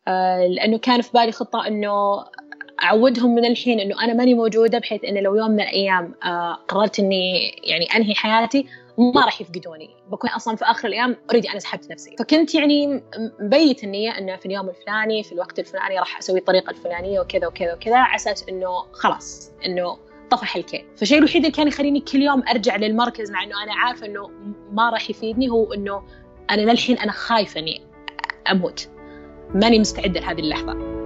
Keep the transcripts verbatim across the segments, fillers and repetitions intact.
آه لأنه كان في بالي خطة إنه أعودهم من الحين إنه أنا ماني موجودة، بحيث إنه لو يوم من الأيام آه قررت إني يعني أنهي حياتي ما راح يفقدوني، بكون أصلاً في آخر الأيام أريد أنا سحبت نفسي. فكنت يعني مبيت النية إنه في اليوم الفلاني في الوقت الفلاني راح أسوي الطريقة الفلانية وكذا وكذا وكذا، على أساس إنه خلاص إنه طفح الكيل. فالشيء الوحيد اللي كان يخليني كل يوم أرجع للمركز مع إنه أنا عارفة إنه ما راح يفيدني هو إنه أنا للحين أنا خايفة إني أموت، ماني مستعدة لهذه اللحظة.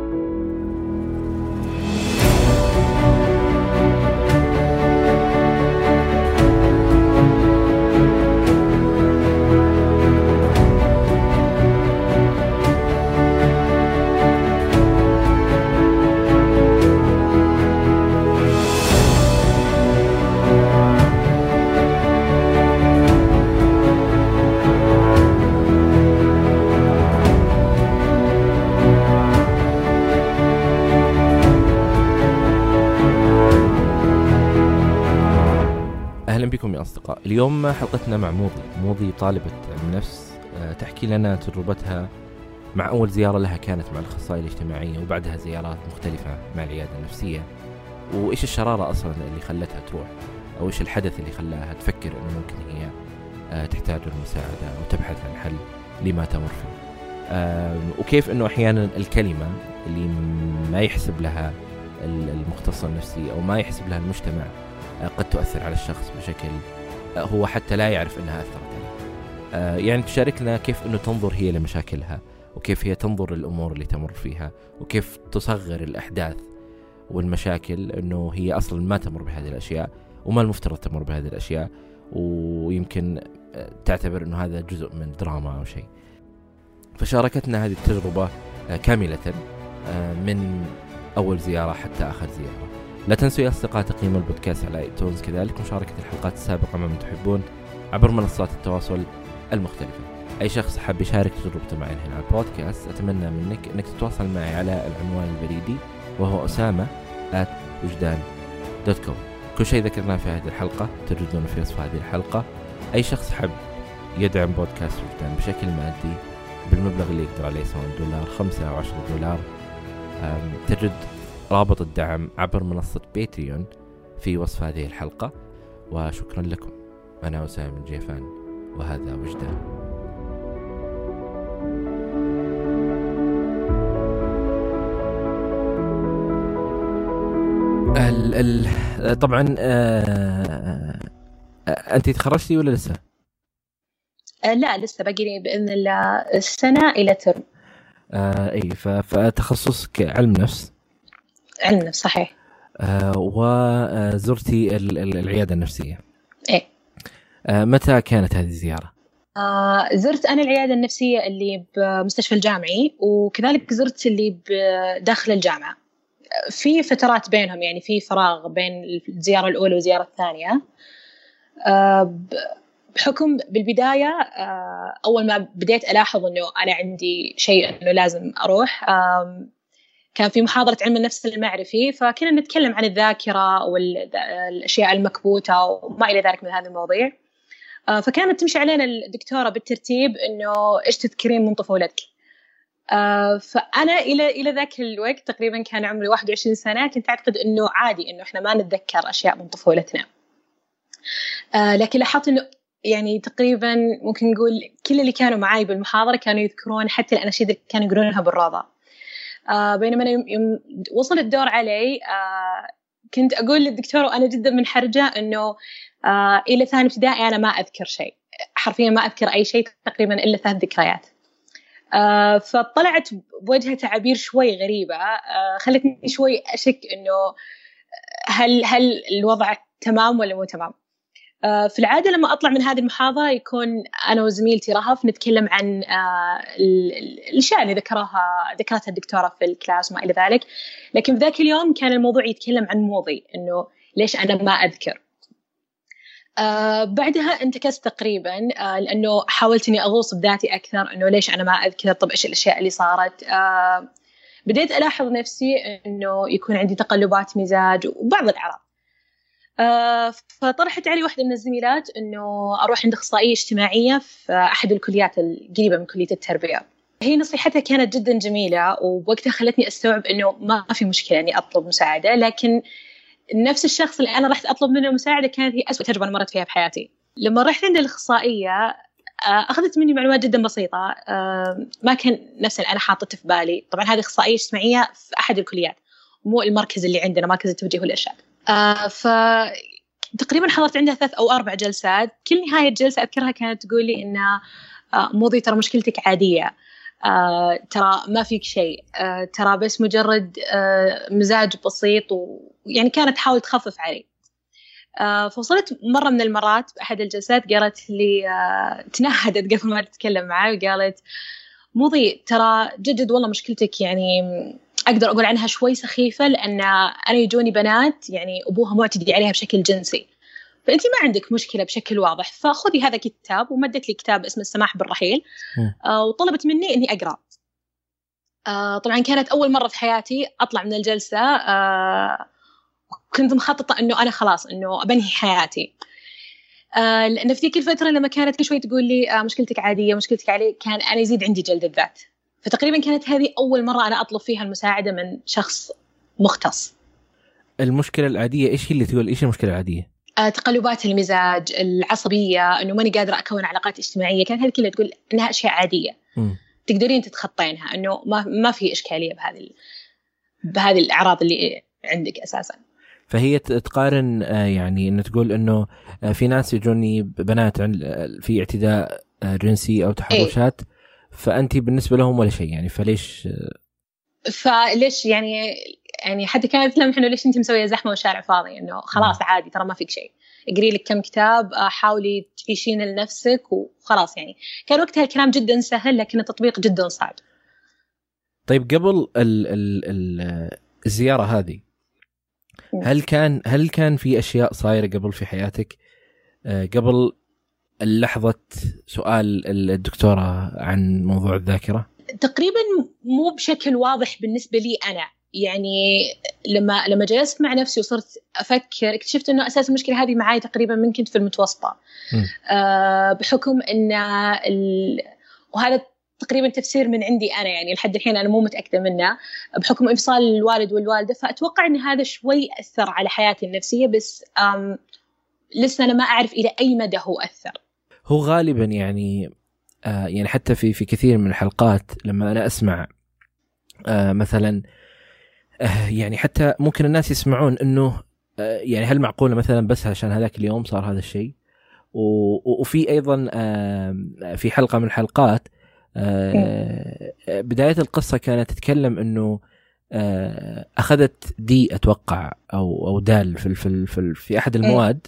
بكم يا أصدقاء. اليوم حلقتنا مع موضي موضي طالبة علم نفس تحكي لنا تجربتها مع أول زيارة لها كانت مع الأخصائية الاجتماعية، وبعدها زيارات مختلفة مع العيادة النفسية، وإيش الشرارة أصلا اللي خلتها تروح، أو إيش الحدث اللي خلاها تفكر أنه ممكن هي تحتاج المساعدة وتبحث عن حل لما تمر فيه، وكيف أنه أحيانا الكلمة اللي ما يحسب لها المختص النفسي أو ما يحسب لها المجتمع قد تؤثر على الشخص بشكل هو حتى لا يعرف أنها أثرت عليه. يعني تشاركنا كيف أنه تنظر هي لمشاكلها، وكيف هي تنظر للأمور اللي تمر فيها، وكيف تصغر الأحداث والمشاكل أنه هي أصلا ما تمر بهذه الأشياء وما المفترض تمر بهذه الأشياء، ويمكن تعتبر أنه هذا جزء من دراما أو شيء. فشاركتنا هذه التجربة كاملة من أول زيارة حتى آخر زيارة. لا تنسوا يا أصدقاء تقييم البودكاست على ايتونز، كذلك مشاركة الحلقات السابقة مع من تحبون عبر منصات التواصل المختلفة. أي شخص حاب يشارك تجربته معي هنا على البودكاست أتمنى منك أنك تتواصل معي على العنوان البريدي وهو أسامة آت وجدان دوت كوم. كل شيء ذكرناه في هذه الحلقة تجدونه في وصف هذه الحلقة. أي شخص حاب يدعم بودكاست وجدان بشكل مادي بالمبلغ اللي يقدر عليه، سواء دولار خمسة أو عشرة دولار، تجد رابط الدعم عبر منصة باتريون في وصف هذه الحلقة. وشكرا لكم. أنا أسامة الجيفان وهذا وجدان. ال ال طبعا آه أنت تخرجتي ولا لسه؟ آه لا لسه، باقي لي بإذن الله السنة إلى ترم. آه أي فتخصصك علم نفس. علم نفس صحيح. آه وزرتي العيادة النفسية. إيه. آه متى كانت هذه الزيارة؟ آه زرت أنا العيادة النفسية اللي بمستشفى الجامعي، وكذلك زرت اللي بداخل الجامعة. في فترات بينهم، يعني في فراغ بين الزيارة الأولى والزيارة الثانية. آه بحكم بالبداية آه أول ما بديت ألاحظ إنه أنا عندي شيء إنه لازم أروح، آه كان في محاضرة علم النفس المعرفي، فكنا نتكلم عن الذاكرة والأشياء المكبوتة وما إلى ذلك من هذه المواضيع. فكانت تمشي علينا الدكتورة بالترتيب إنه إيش تذكرين من طفولتك. فأنا إلى إلى ذاك الوقت تقريبا كان عمري واحد وعشرين سنة، كنت أعتقد إنه عادي إنه إحنا ما نتذكر أشياء من طفولتنا. لكن لاحظت إنه يعني تقريبا ممكن نقول كل اللي كانوا معاي بالمحاضرة كانوا يذكرون حتى الأناشيد اللي كانوا يقولونها بالروضة. آه بينما أنا يوم وصل الدور علي آه كنت أقول للدكتور وأنا جدا منحرجة إنه آه إلى ثاني ابتدائي أنا ما أذكر شيء، حرفيا ما أذكر أي شيء تقريبا إلا ثلاث ذكريات. آه فطلعت بوجهها تعابير شوي غريبة، آه خلتني شوي أشك إنه هل هل الوضع تمام ولا مو تمام. آه في العادة لما أطلع من هذه المحاضرة يكون أنا وزميلتي رهف نتكلم عن آه الأشياء اللي ذكرها ذكرتها الدكتورة في الكلاس وما إلى ذلك، لكن في ذاك اليوم كان الموضوع يتكلم عن موضي، إنه ليش أنا ما أذكر. آه بعدها انتكست تقريبا، آه لأنه حاولت إني أغوص بذاتي أكثر، إنه ليش أنا ما أذكر، طب إيش الأشياء اللي صارت. آه بديت ألاحظ نفسي إنه يكون عندي تقلبات مزاج وبعض الأعراض. آه فطرحت علي واحدة من الزميلات إنه أروح عند أخصائية اجتماعية في أحد الكليات القريبة من كلية التربية. هي نصيحتها كانت جدا جميلة، ووقتها خلتني أستوعب إنه ما في مشكلة إني أطلب مساعدة. لكن نفس الشخص اللي أنا رحت أطلب منه مساعدة كانت هي أسوأ تجربة أنا مرت فيها بحياتي. لما رحت عند الأخصائية أخذت مني معلومات جدا بسيطة، ما كان نفس اللي أنا حاطته في بالي. طبعا هذه أخصائية اجتماعية في أحد الكليات، مو المركز اللي عندنا، مركز التوجيه والإرشاد. فتقريبا حضرت عندها ثلاث أو أربع جلسات. كل نهاية جلسة أذكرها كانت تقول لي إن موضي ترى مشكلتك عادية، آه، ترى ما فيك شيء، آه، ترى بس مجرد آه، مزاج بسيط، ويعني كانت تحاول تخفف علي. آه، فوصلت مرة من المرات بأحد الجلسات قالت لي، آه، تنهدت قبل ما تتكلم معي وقالت موضي ترى جد والله مشكلتك يعني أقدر أقول عنها شوي سخيفة، لأن أنا يجوني بنات يعني أبوها معتدي عليها بشكل جنسي، فأنت ما عندك مشكلة بشكل واضح، فخذي هذا كتاب. ومدت لي كتاب اسمه السماح بالرحيل، آه، وطلبت مني إني أقرأ. آه، طبعا كانت أول مرة في حياتي أطلع من الجلسة، آه، كنت مخططة إنه أنا خلاص إنه أبنهي حياتي، آه، لأن في ذيك الفترة لما كانت كل شوي تقول لي آه، مشكلتك عادية مشكلتك عليه، كان أنا يزيد عندي جلد الذات. فتقريبا كانت هذه أول مرة أنا أطلب فيها المساعدة من شخص مختص. المشكلة العادية إيش هي اللي تقول؟ إيش المشكلة العادية؟ تقلبات المزاج، العصبية، إنه ماني قادرة أكون علاقات اجتماعية، كانت هذه كلها تقول إنها أشياء عادية م. تقدرين تتخطينها، إنه ما ما في إشكالية بهذه بهذه الأعراض اللي عندك أساساً. فهي تقارن يعني إنه تقول إنه في ناس يجوني بنات في اعتداء جنسي أو تحرشات، إيه؟ فأنت بالنسبة لهم ولا شيء يعني، فليش فليش يعني يعني حتى كانت تلمح إنه ليش أنت مسوية زحمة والشارع فاضي، إنه خلاص م. عادي ترى ما فيك شيء، اقري لك كم كتاب، حاولي تعيشين لنفسك وخلاص. يعني كان وقتها الكلام جدا سهل، لكن التطبيق جدا صعب. طيب قبل ال ال ال الزيارة هذه، هل كان هل كان في أشياء صايرة قبل في حياتك قبل اللحظة سؤال الدكتورة عن موضوع الذاكرة؟ تقريبا مو بشكل واضح بالنسبة لي أنا. يعني لما لما جلست مع نفسي وصرت أفكر، اكتشفت إنه أساس المشكلة هذه معي تقريبا من كنت في المتوسطة، آه بحكم إن ال... وهذا تقريبا تفسير من عندي أنا، يعني لحد الحين أنا مو متأكدة منه، بحكم انفصال الوالد والوالدة. فأتوقع إن هذا شوي أثر على حياتي النفسية، بس أم لسه أنا ما أعرف إلى أي مدى هو أثر. هو غالبا يعني آه يعني حتى في في كثير من الحلقات لما أنا أسمع آه مثلا آه يعني حتى ممكن الناس يسمعون إنه آه يعني هل معقولة مثلا بس عشان هذاك اليوم صار هذا الشيء. وفي أيضا آه في حلقة من الحلقات آه بداية القصة كانت تتكلم إنه آه أخذت دي أتوقع أو أو دال في في في, في أحد المواد،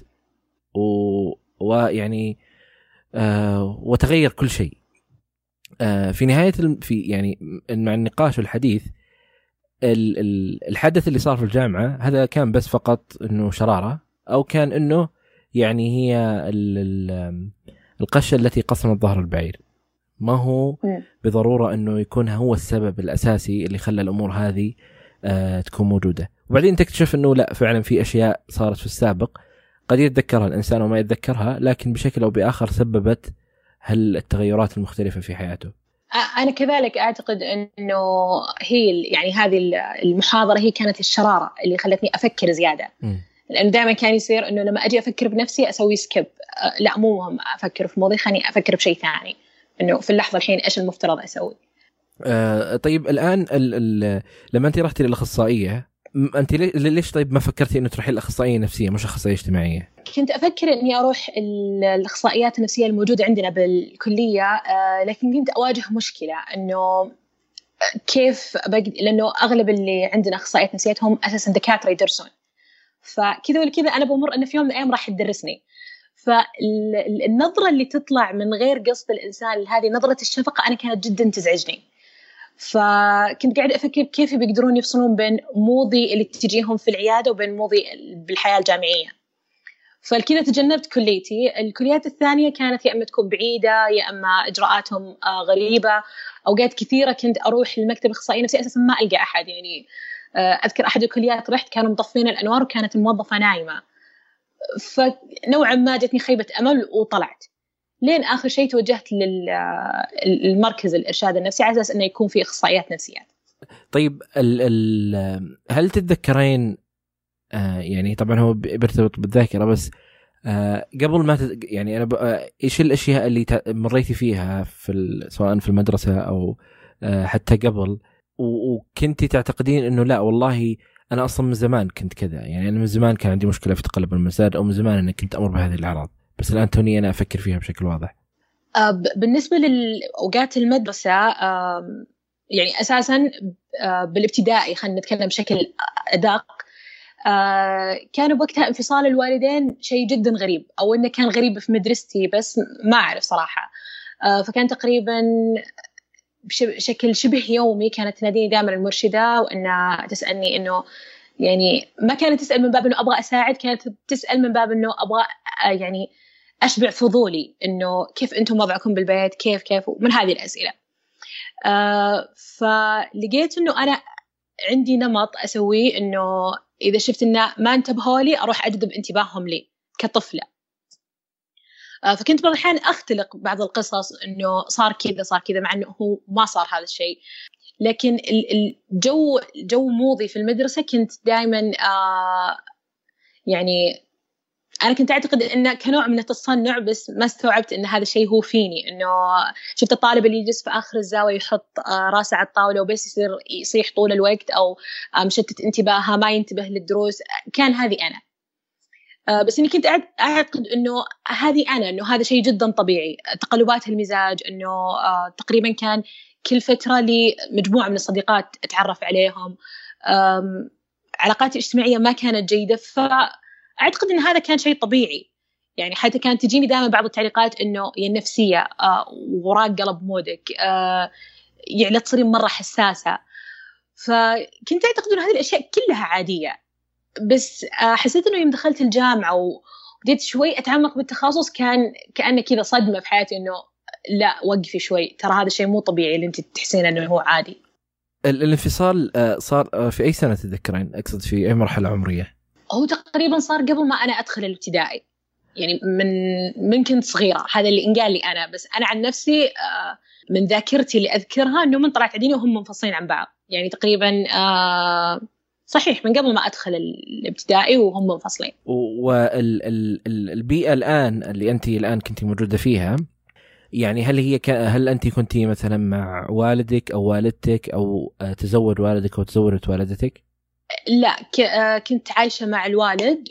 ويعني آه وتغير كل شيء آه في نهاية في يعني مع النقاش والحديث. الحدث اللي صار في الجامعة هذا كان بس فقط إنه شرارة، أو كان إنه يعني هي القشة التي قصمت ظهر البعير، ما هو بضرورة أنه يكون هو السبب الأساسي اللي خلى الأمور هذه آه تكون موجودة. وبعدين تكتشف أنه لا، فعلا في أشياء صارت في السابق قد يتذكرها الإنسان وما يتذكرها، لكن بشكل أو بآخر سببت هل التغيرات المختلفة في حياته. أنا كذلك أعتقد أنه هي يعني هذه المحاضرة هي كانت الشرارة اللي خلتني أفكر زيادة، م. لأنه دائما كان يصير أنه لما أجي أفكر بنفسي أسوي سكيب، لا مو مهم أفكر في موضوع، خليني أفكر بشيء ثاني، إنه في اللحظة الحين إيش المفترض أسوي. آه طيب الآن ال ال لما أنت رحتي للأخصائية، أنت ليش طيب ما فكرتي إنه تروحي للأخصائية نفسية مش أخصائية اجتماعية؟ كنت أفكر إني أروح الأخصائيات النفسية الموجودة عندنا بالكلية، آه لكن كنت أواجه مشكلة إنه كيف بقدر، لأنه أغلب اللي عندنا أخصائيات نفسية هم أساسا دكاترة يدرسون، فكذا ولا كذا أنا بمر أن في يوم من الأيام راح تدرسني. فالنظرة اللي تطلع من غير قصد الإنسان هذه نظرة الشفقة أنا كانت جدا تزعجني. فكنت قاعدة أفكر كيف بيقدرون يفصلون بين موضي اللي تجيهم في العيادة وبين موضي بالحياة الجامعية. فالكذا تجنبت كليتي. الكليات الثانية كانت يا أما تكون بعيدة يا أما إجراءاتهم غريبة. أوقات كثيرة كنت أروح للمكتب الأخصائي نفسي أساسا ما ألقى أحد، يعني أذكر أحد الكليات رحت كانوا مطفين الأنوار وكانت الموظفة نايمة، فنوعا ما جتني خيبة أمل وطلعت. لين آخر شيء توجهت للمركز الإرشاد النفسي على أساس أنه يكون في إخصائيات نفسيات. طيب ال ال هل تتذكرين آه يعني طبعا هو بيرتبط بالذاكرة بس آه قبل ما تت... يعني أنا ب... آه إيش الأشياء اللي ت... مريتي فيها في ال... سواء في المدرسة أو آه حتى قبل و... وكنتي تعتقدين إنه لا والله أنا أصلا من زمان كنت كذا، يعني أنا من زمان كان عندي مشكلة في تقلب المزاج، أو من زمان أنا كنت أمر بهذه الأعراض، بس الآن توني أنا أفكر فيها بشكل واضح. آه بالنسبة لأوقات المدرسة آه يعني أساساً آه بالابتدائي خلينا نتكلم بشكل أدق، آه كان بوقتها انفصال الوالدين شيء جدا غريب، أو إنه كان غريب في مدرستي بس ما أعرف صراحة. آه فكان تقريباً بشكل شبه يومي كانت تناديني دائما المرشدة، وإنها تسألني إنه يعني ما كانت تسأل من باب إنه أبغى أساعد، كانت تسأل من باب إنه أبغى يعني أشبع فضولي إنه كيف أنتم وضعكم بالبيت، كيف كيف من هذه الأسئلة. آه فلقيت إنه أنا عندي نمط أسويه، إنه إذا شفت إنه ما انتبهوا لي أروح أجذب انتباههم لي كطفلة. آه فكنت بعض الأحيان أختلق بعض القصص إنه صار كذا صار كذا، مع إنه هو ما صار هذا الشيء. لكن الجو جو موضي في المدرسة كنت دائما آه يعني أنا كنت أعتقد إنه كنوع من التصنع، بس ما استوعبت إن هذا الشيء هو فيني. إنه شفت الطالب اللي يجلس في آخر الزاوية يحط راسه على الطاولة وبس يصير يصيح طول الوقت، أو مشتت انتباهه ما ينتبه للدروس، كان هذه أنا. بس إني كنت أعتقد إنه هذه أنا، إنه هذا شيء جدا طبيعي. تقلبات المزاج، إنه تقريبا كان كل فترة لي مجموعة من الصديقات أتعرف عليهم، علاقاتي الاجتماعية ما كانت جيدة، فأعتقد إن هذا كان شيء طبيعي. يعني حتى كانت تجيني دائما بعض التعليقات إنه يا النفسية وراق قلب مودك، يعني لا تصيرين مرة حساسة. فكنت أعتقد إن هذه الأشياء كلها عادية. بس حسيت إنه يوم دخلت الجامعة وبديت شوي أتعمق بالتخصص، كان كأنه كذا صدمة في حياتي، إنه لا وقفي شوي، ترى هذا الشيء مو طبيعي اللي أنت تحسين إنه هو عادي. الانفصال صار في أي سنة تتذكرين؟ أقصد في أي مرحلة عمرية؟ هو تقريبا صار قبل ما أنا أدخل الابتدائي، يعني من من كنت صغيرة. هذا اللي انقال لي أنا، بس أنا عن نفسي من ذاكرتي اللي أذكرها إنه من طلعت عديني وهم منفصلين عن بعض، يعني تقريبا صحيح من قبل ما أدخل الابتدائي وهم منفصلين. والبيئة الآن اللي أنت الآن كنت موجودة فيها، يعني هل هي ك... هل أنت كنت مثلا مع والدك أو والدتك، أو تزوج والدك أو تزوجت والدتك؟ لا، ك... كنت عايشة مع الوالد.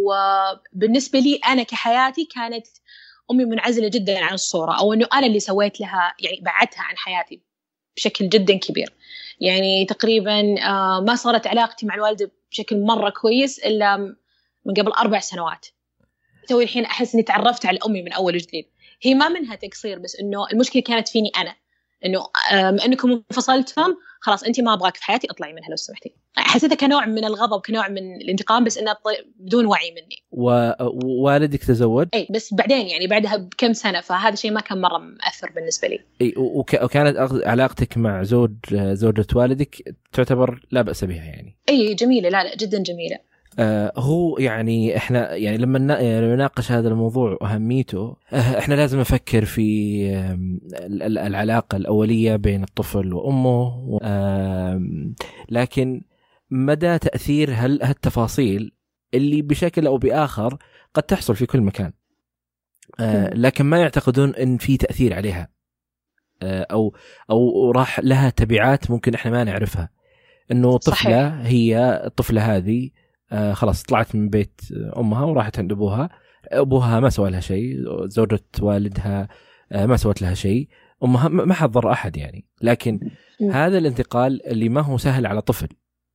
وبالنسبة لي أنا كحياتي كانت أمي منعزلة جدا عن الصورة، أو أنه أنا اللي سويت لها، يعني بعدتها عن حياتي بشكل جدا كبير. يعني تقريبا ما صارت علاقتي مع الوالدة بشكل مرة كويس إلا من قبل أربع سنوات. توي الحين أحس إني تعرفت على أمي من أول وجديد. هي ما منها تقصير، بس إنه المشكلة كانت فيني أنا، إنه أنكم انفصلتم خلاص أنت ما أبغاك في حياتي، أطلعي منها لو سمحتي. حسيتها كنوع من الغضب، كنوع من الانتقام، بس إنه بدون وعي مني. ووالدك تزوج؟ أي بس بعدين، يعني بعدها بكم سنة، فهذا الشيء ما كان مرة مؤثر بالنسبة لي. أي وك... وكانت علاقتك مع زوج زوجة والدك تعتبر لا بأس بها يعني؟ أي جميلة، لا لا جدا جميلة. آه هو يعني احنا يعني لما نناقش هذا الموضوع واهميته، آه احنا لازم نفكر في آه العلاقه الاوليه بين الطفل وامه، آه لكن مدى تاثير هل هالتفاصيل اللي بشكل او باخر قد تحصل في كل مكان، آه لكن ما يعتقدون ان في تاثير عليها، آه او او راح لها تبعات ممكن احنا ما نعرفها. انه طفله صحيح. هي الطفله هذه آه خلاص طلعت من بيت أمها وراحت عند أبوها، أبوها ما سوى لها شيء، زوجة والدها آه ما سوت لها شيء، أمها ما حضر أحد يعني. لكن م. هذا الانتقال اللي ما هو سهل على طفل،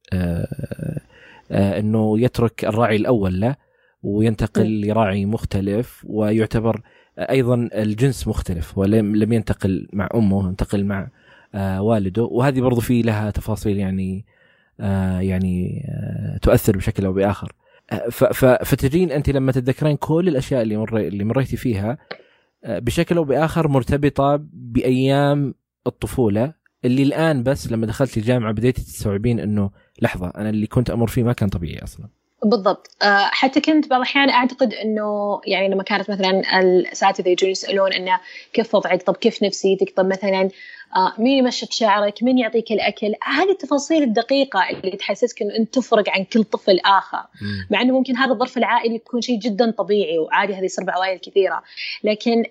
آه آه إنه يترك الراعي الأول له وينتقل م. لراعي مختلف، ويعتبر أيضا الجنس مختلف، ولم لم ينتقل مع أمه، انتقل مع آه والده. وهذه برضو فيه لها تفاصيل يعني آه يعني آه تؤثر بشكل أو بآخر. آه فتجين أنت لما تتذكرين كل الأشياء اللي مر اللي مريتي فيها آه بشكل أو بآخر مرتبطة بأيام الطفولة، اللي الآن بس لما دخلت الجامعة بديتي تستوعبين إنه لحظة، أنا اللي كنت أمر فيه ما كان طبيعي أصلا. بالضبط. أه حتى كنت بعض الأحيان أعتقد إنه يعني لما كانت مثلا الأساتذة يجون يسألون إنه كيف وضعك، طب كيف نفسيتك، طب مثلا أه مين يمشط شعرك، مين يعطيك الأكل، هذه التفاصيل الدقيقة اللي تحسسك إنه أنت تفرق عن كل طفل آخر. مع إنه ممكن هذا الظرف العائلي يكون شيء جدا طبيعي وعادي، هذه يصير بعوائل كثيرة، لكن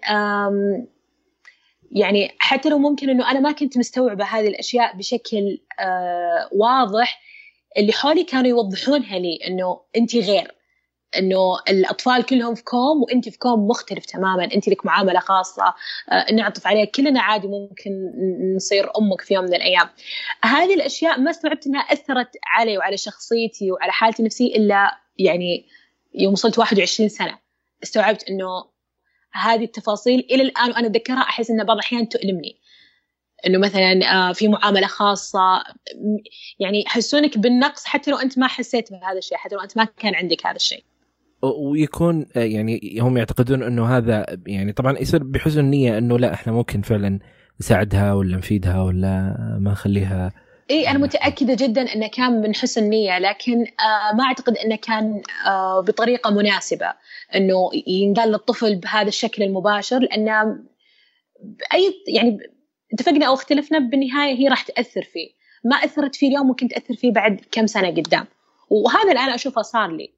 يعني حتى لو ممكن إنه أنا ما كنت مستوعبة هذه الأشياء بشكل أه واضح، اللي حولي كانوا يوضحونها لي إنه أنتي غير، إنه الأطفال كلهم في كوم وأنتي في كوم مختلف تماماً، أنتي لك معاملة خاصة، أه نعطف عليك، كلنا عادي ممكن نصير أمك في يوم من الأيام. هذه الأشياء ما استوعبت إنها أثرت علي وعلى شخصيتي وعلى حالتي النفسية إلا يعني يوم وصلت واحد وعشرين سنة استوعبت إنه هذه التفاصيل إلى الآن وأنا أتذكرها أحس إن بعض الأحيان تؤلمني، إنه مثلا في معاملة خاصة يعني يحسونك بالنقص حتى لو أنت ما حسيت بهذا الشيء، حتى لو أنت ما كان عندك هذا الشيء. ويكون يعني هم يعتقدون إنه هذا يعني طبعا يصير بحسن نية إنه لا إحنا ممكن فعلا نساعدها ولا نفيدها ولا ما نخليها. إيه أنا متأكدة جدا إنه كان من حسن نية، لكن آه ما أعتقد إنه كان آه بطريقة مناسبة إنه ينقال للطفل بهذا الشكل المباشر، لأنه أي يعني اتفقنا أو اختلفنا بالنهاية هي راح تأثر فيه، ما أثرت فيه اليوم ممكن تأثر فيه بعد كم سنة قدام، وهذا الآن أشوفه صار لي.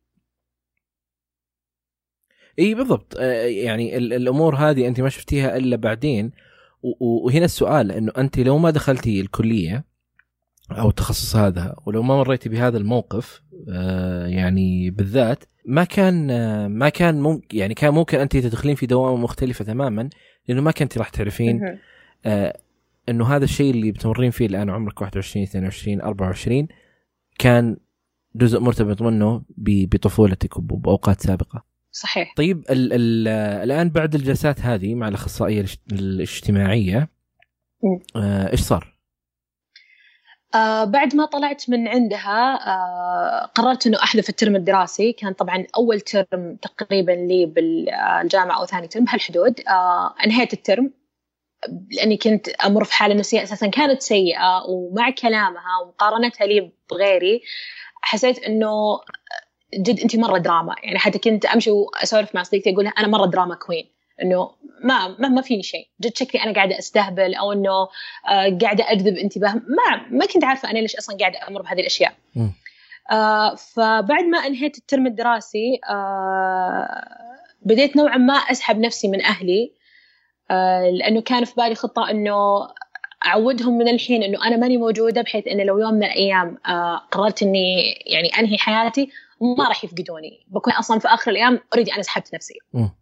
إيه بالضبط. يعني الأمور هذه أنت ما شفتيها إلا بعدين، وهنا السؤال إنه أنت لو ما دخلتي الكلية أو التخصص هذا ولو ما مريتي بهذا الموقف يعني بالذات ما كان ما كان ممكن يعني كان ممكن أنت تدخلين في دوامة مختلفة تماما، لأنه ما كنتي راح تعرفين آه إنه هذا الشيء اللي بتمرين فيه الآن عمرك واحد وعشرين اثنين وعشرين أربعة وعشرين كان جزء مرتبط منه بطفولتك وبأوقات سابقة. صحيح. طيب ال ال الآن بعد الجلسات هذه مع الأخصائية الاجتماعية آه إيش صار؟ آه بعد ما طلعت من عندها آه قررت إنه أحذف الترم الدراسي. كان طبعا أول ترم تقريبا لي بالجامعة أو ثاني ترم بهالحدود. آه أنهيت الترم لأني كنت أمر في حالة نفسية أساساً كانت سيئة، ومع كلامها ومقارنتها لي بغيري حسيت إنه جد أنتي مرة دراما. يعني حتى كنت أمشي وأسولف مع صديقتي أقولها أنا مرة دراما كوين، إنه ما ما ما فيني شيء، جد شكلي أنا قاعدة أستهبل أو إنه آه قاعدة أجذب انتباه. ما ما كنت عارفة أنا ليش أصلاً قاعدة أمر بهذه الأشياء. آه فبعد ما أنهيت الترم الدراسي آه بديت نوعاً ما أسحب نفسي من أهلي، آه لأنه كان في بالي خطة إنه أعودهم من الحين إنه أنا ماني موجودة، بحيث إنه لو يوم من الأيام آه قررت إني يعني أنهي حياتي ما راح يفقدوني، بكون أصلاً في آخر الأيام أريد أنا سحبت نفسي.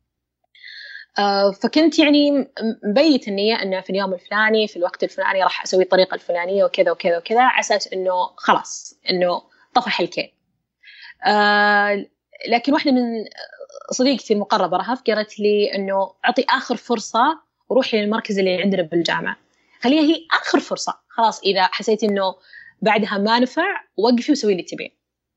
آه فكنت يعني مبيت النية إنه في اليوم الفلاني في الوقت الفلاني راح أسوي الطريقة الفلانية وكذا وكذا وكذا، على أساس إنه خلاص إنه طفح الكيل. آه لكن واحدة من صديقتي المقربة رهف قالت لي إنه أعطي آخر فرصة وروحي للمركز اللي عندنا بالجامعة، خليها هي آخر فرصة، خلاص إذا حسيت إنه بعدها ما نفع وقفي وسوي اللي تبين.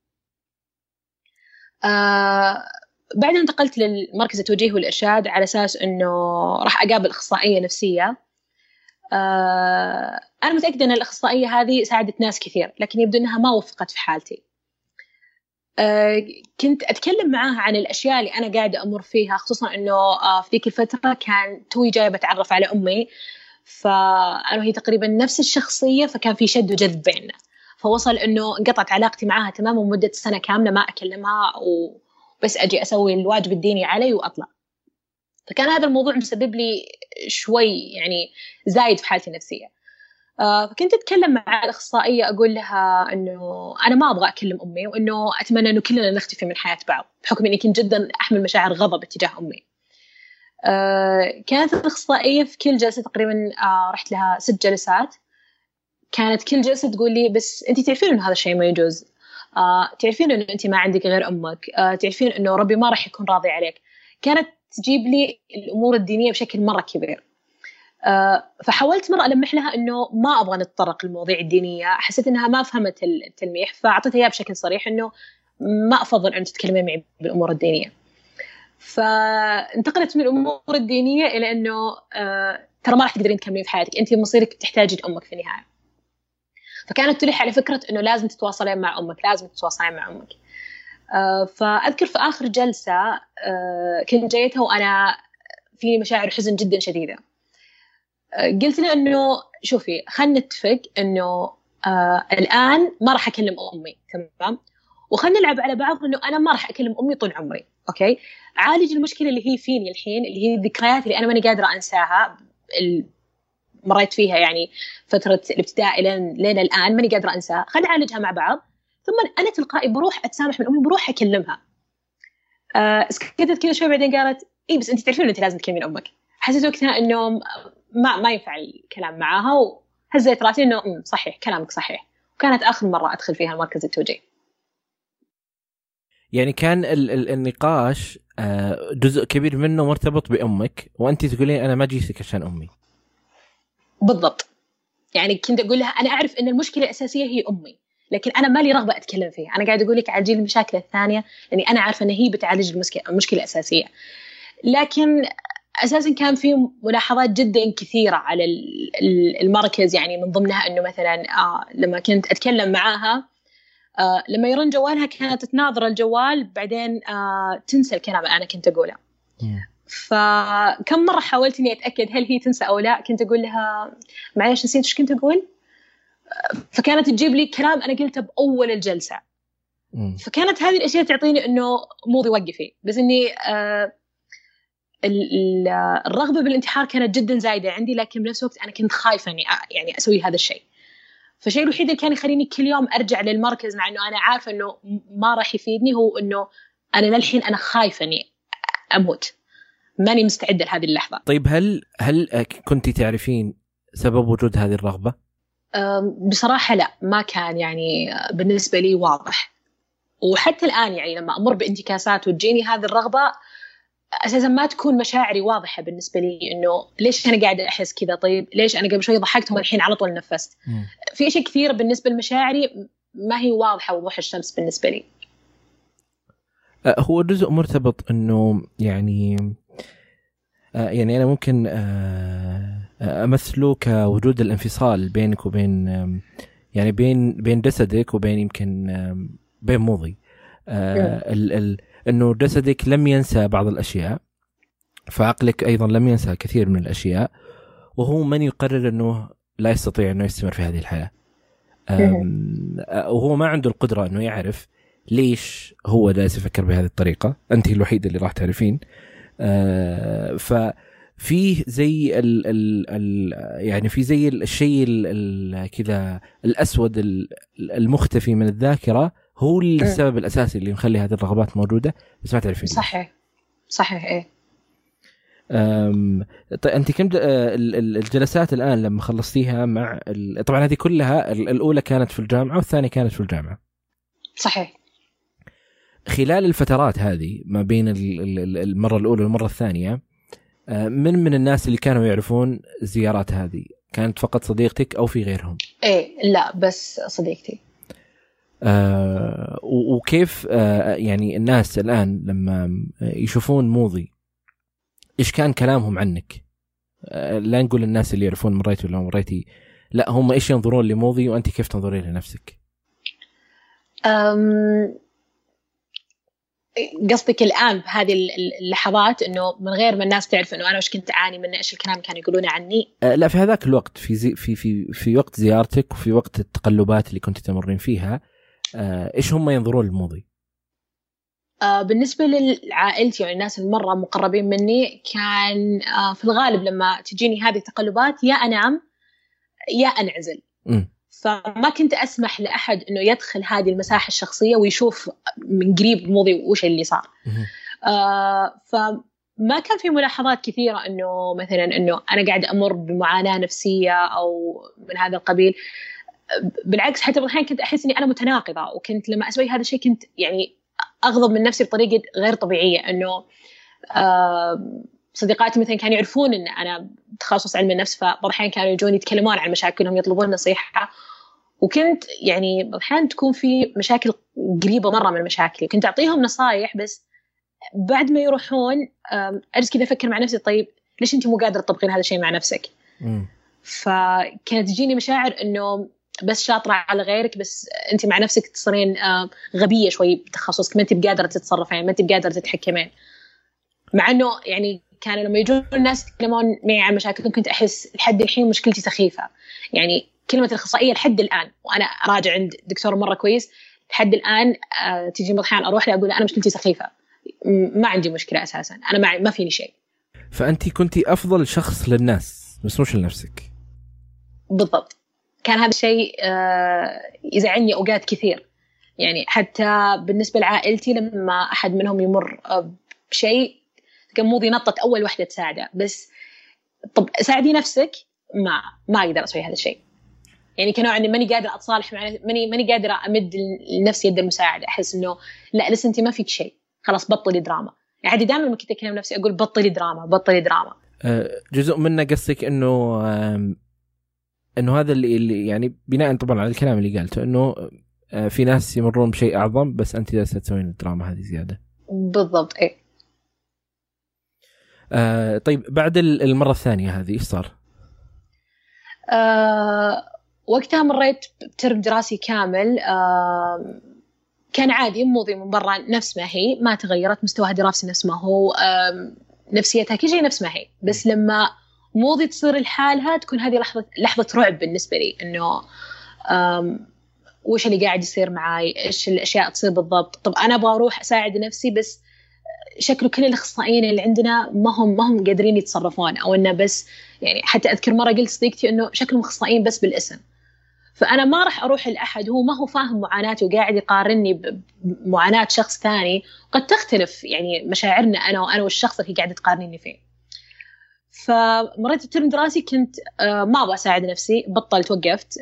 آه بعدها انتقلت للمركز التوجيه والإرشاد على أساس إنه راح أقابل أخصائية نفسية. آه أنا متأكدة أن الأخصائية هذه ساعدت ناس كثير، لكن يبدو أنها ما وفقت في حالتي. آه كنت أتكلم معاها عن الأشياء اللي أنا قاعدة أمر فيها، خصوصاً أنه آه في ذيك الفترة كان توي جاي بتعرف على أمي، فأنا وهي تقريباً نفس الشخصية، فكان في شد وجذب بيننا، فوصل أنه انقطعت علاقتي معها تماماً ومدة سنة كاملة ما أكلمها وبس أجي أسوي الواجب الديني علي وأطلع. فكان هذا الموضوع مسبب لي شوي يعني زايد في حالتي النفسية. آه فكنت أتكلم مع الأخصائية أقول لها أنه أنا ما أبغى أكلم أمي، وأنه أتمنى أنه كلنا نختفي من حياة بعض، بحكم أني كنت جدا أحمل مشاعر غضب اتجاه أمي. آه كانت الأخصائية في كل جلسة تقريبا آه رحت لها ست جلسات، كانت كل جلسة تقول لي بس أنتي تعرفين أنه هذا الشيء ما يجوز، آه تعرفين أنه أنتي ما عندك غير أمك، آه تعرفين أنه ربي ما راح يكون راضي عليك. كانت تجيب لي الأمور الدينية بشكل مرة كبير. أه فحاولت مرة ألمح لها أنه ما أبغى نتطرق للمواضيع الدينية، حسيت أنها ما فهمت التلميح، فأعطيتها إياه بشكل صريح أنه ما أفضل أن تتكلمي معي بالأمور الدينية. فانتقلت من الأمور الدينية إلى أنه أه ترى ما راح تقدرين تكملين في حياتك، أنت مصيرك تحتاجين أمك في النهاية. فكانت تلح على فكرة أنه لازم تتواصلين مع أمك، لازم تتواصلين مع أمك. فأذكر في آخر جلسة كنت جايتها وأنا فيني مشاعر حزن جدا شديدة. قلت له إنه شوفي خلنا نتفق إنه الآن ما راح أكلم أمي، تمام؟ وخلنا نلعب على بعض إنه أنا ما راح أكلم أمي طول عمري، أوكي؟ عالج المشكلة اللي هي فيني الحين، اللي هي الذكريات اللي أنا ماني قادرة أنساها، مريت فيها يعني فترة الابتدائي لين لين الآن ماني قادرة أنساها. خلنا نعالجها مع بعض، ثم أنا تلقائي بروح أتسامح من أمي، بروح أكلمها. أه سكتت كذا شوي، بعدين قالت إيه بس أنت تعرفين أنت لازم تكلمين أمك. حسيت وقتها إنه ما ما ينفع الكلام معاها، وهزيت راسي إنه صحيح كلامك صحيح. وكانت آخر مرة أدخل فيها المركز التوجيهي. يعني كان ال- ال- النقاش جزء كبير منه مرتبط بأمك، وأنت تقولين أنا ما جيتك عشان أمي. بالضبط. يعني كنت أقول لها أنا أعرف إن المشكلة الأساسية هي أمي، لكن أنا ما لي رغبة أتكلم فيها. أنا قاعد أقول لك عالجي المشاكل الثانية، لأني أنا عارفة إن هي بتعالج المشكلة المشكلة الأساسية. لكن أساساً كان في ملاحظات جداً كثيرة على المركز، يعني من ضمنها إنه مثلاً آه لما كنت أتكلم معاها آه لما يرن جوالها كانت تناظر الجوال، بعدين آه تنسى الكلام اللي أنا كنت أقوله. فكم مرة حاولت إني أتأكد هل هي تنسى أو لا، كنت أقول لها معلش نسيت إيش كنت أقول، فكانت تجيب لي كلام أنا قلته بأول الجلسة. مم. فكانت هذه الأشياء تعطيني إنه موضي وقفي، بس إني آه الرغبة بالانتحار كانت جدا زايدة عندي، لكن بنفس الوقت أنا كنت خايفة إني يعني أسوي هذا الشيء. فالشيء الوحيد اللي كان يخليني كل يوم أرجع للمركز مع إنه أنا عارفة إنه ما راح يفيدني هو إنه أنا للحين أنا خايفة إني أموت، ماني مستعدة لهذه اللحظة. طيب هل هل كنتي تعرفين سبب وجود هذه الرغبة؟ بصراحة لا، ما كان يعني بالنسبة لي واضح. وحتى الآن يعني لما أمر بانتكاسات وتجيني هذه الرغبة أساساً ما تكون مشاعري واضحة بالنسبة لي إنه ليش أنا قاعدة أحس كذا، طيب ليش أنا قبل شوي ضحكت والحين على طول نفست. م. في أشياء كثيرة بالنسبة لمشاعري ما هي واضحة وضوح الشمس بالنسبة لي. هو جزء مرتبط إنه يعني يعني أنا ممكن أمثله كوجود الانفصال بينك وبين يعني بين بين جسدك وبين يمكن بين موضي. ال ال إنه جسدك لم ينسى بعض الأشياء، فعقلك أيضا لم ينسى كثير من الأشياء، وهو من يقرر إنه لا يستطيع إنه يستمر في هذه الحياة. وهو ما عنده القدرة إنه يعرف ليش هو جالس يفكر بهذه الطريقة. أنت الوحيدة اللي راح تعرفين. ففيه زي ال ال ال يعني في زي الشيء كذا الأسود المختفي من الذاكرة، هو السبب الأساسي اللي مخلي هذه الرغبات موجودة بس ما تعرفين. صحيح صحيح إيه. طيب أنت كم الجلسات الآن لما خلصتيها مع طبعا هذه كلها الأولى كانت في الجامعة والثانية كانت في الجامعة. صحيح. خلال الفترات هذه ما بين المرة الأولى والمرة الثانية، من من الناس اللي كانوا يعرفون الزيارات هذه كانت فقط صديقتك أو في غيرهم؟ إيه لا بس صديقتي. آه وكيف آه يعني الناس الآن لما يشوفون موضي إيش كان كلامهم عنك؟ آه لا نقول الناس اللي يعرفون مريتي ولا مريتي، لا هم إيش ينظرون لموضي وأنت كيف تنظرين لنفسك؟ أم قصدك الآن بهذه اللحظات إنه من غير ما الناس تعرف إنه أنا وش كنت أعاني من، إيش الكلام كانوا يقولون عني؟ آه لا في هذاك الوقت في زي في في في وقت زيارتك وفي وقت التقلبات اللي كنت تمرين فيها، آه إيش هم ينظرون للموضي؟ آه بالنسبة للعائلتي يعني الناس المرة مقربين مني كان آه في الغالب لما تجيني هذه التقلبات يا أنام يا أنعزل. م. فما كنت أسمح لأحد إنه يدخل هذه المساحة الشخصية ويشوف من قريب الموضوع وش اللي صار. آه فما كان في ملاحظات كثيرة إنه مثلا إنه أنا قاعدة أمر بمعاناة نفسية أو من هذا القبيل. بالعكس حتى بالحين كنت أحس إني أنا متناقضة، وكنت لما أسوي هذا الشيء كنت يعني أغضب من نفسي بطريقة غير طبيعية. إنه آه صديقاتي مثلا كانوا يعرفون إن أنا تخصص علم النفس، فبعض الأحيان كانوا يجون يتكلمون عن مشاكلهم يطلبون نصيحة، وكنت يعني بعض الأحيان تكون في مشاكل قريبة مرة من مشاكلي، كنت أعطيهم نصايح بس بعد ما يروحون أجلس كذا أفكر مع نفسي طيب ليش أنت مو قادرة تطبقين هذا الشيء مع نفسك؟ م. فكانت تجيني مشاعر إنه بس شاطرة على غيرك، بس أنت مع نفسك تصيرين غبية شوي بتخصصك، ما أنت بقادرة تتصرفين، ما أنت بقادرة تتحكمين. مع أنه يعني كانوا لما يجون الناس يتكلمون معي عن مشاكلهم كنت أحس لحد الحين مشكلتي سخيفة. يعني كلمة الأخصائية لحد الآن وأنا راجع عند دكتور مرة كويس، لحد الآن آه تيجي مضحان أروح له أقول أنا مشكلتي سخيفة، ما عندي مشكلة أساساً، أنا ما ما فيني شيء. فأنتي كنتي أفضل شخص للناس بس مش لنفسك. بالضبط. كان هذا الشيء آه يزعلني أوقات كثير، يعني حتى بالنسبة لعائلتي لما أحد منهم يمر بشيء كان موضي نطت أول واحدة تساعده، بس طب ساعدي نفسك، ما ما أقدر أسوي هذا الشيء. يعني كنوع إني ماني قادرة أتصالح مع ماني ماني قادرة أمد لنفسي يد المساعدة. أحس إنه لا لسه أنت ما فيك شيء، خلاص بطلي دراما. يعني دائما لما كنت أكلم نفسي أقول بطلي دراما بطلي دراما. جزء منه قصدك إنه إنه هذا اللي, اللي يعني بناء طبعا على الكلام اللي قالته إنه في ناس يمرون بشيء أعظم بس أنت جالسة تسوين الدراما هذه زيادة. بالضبط. إيه. آه طيب بعد المرة الثانية هذه إيش صار؟ آه وقتها مريت بترم دراسي كامل، آه كان عادي موضي من برا نفس ما هي، ما تغيرت، مستواها دراسي نفس ما هو، آه نفسيتها كل شيء نفس ما هي. بس لما موضي تصير لحالها تكون هذه لحظة لحظة رعب بالنسبة لي، إنه آه وش اللي قاعد يصير معاي، إيش الأشياء تصير بالضبط. طب أنا أبغى أروح أساعد نفسي بس شكله كل الأخصائيين اللي عندنا ما هم ما هم قادرين يتصرفون، أو إنه بس يعني حتى أذكر مرة قلت صديقتي إنه شكلهم أخصائيين بس بالاسم، فأنا ما راح أروح لأحد هو ما هو فاهم معاناتي وقاعد يقارني بمعاناة شخص ثاني، قد تختلف يعني مشاعرنا أنا وأنا والشخص اللي قاعد تقارني فيه. فمريت بترم دراسي كنت ما أبغى أساعد نفسي، بطلت وقفت.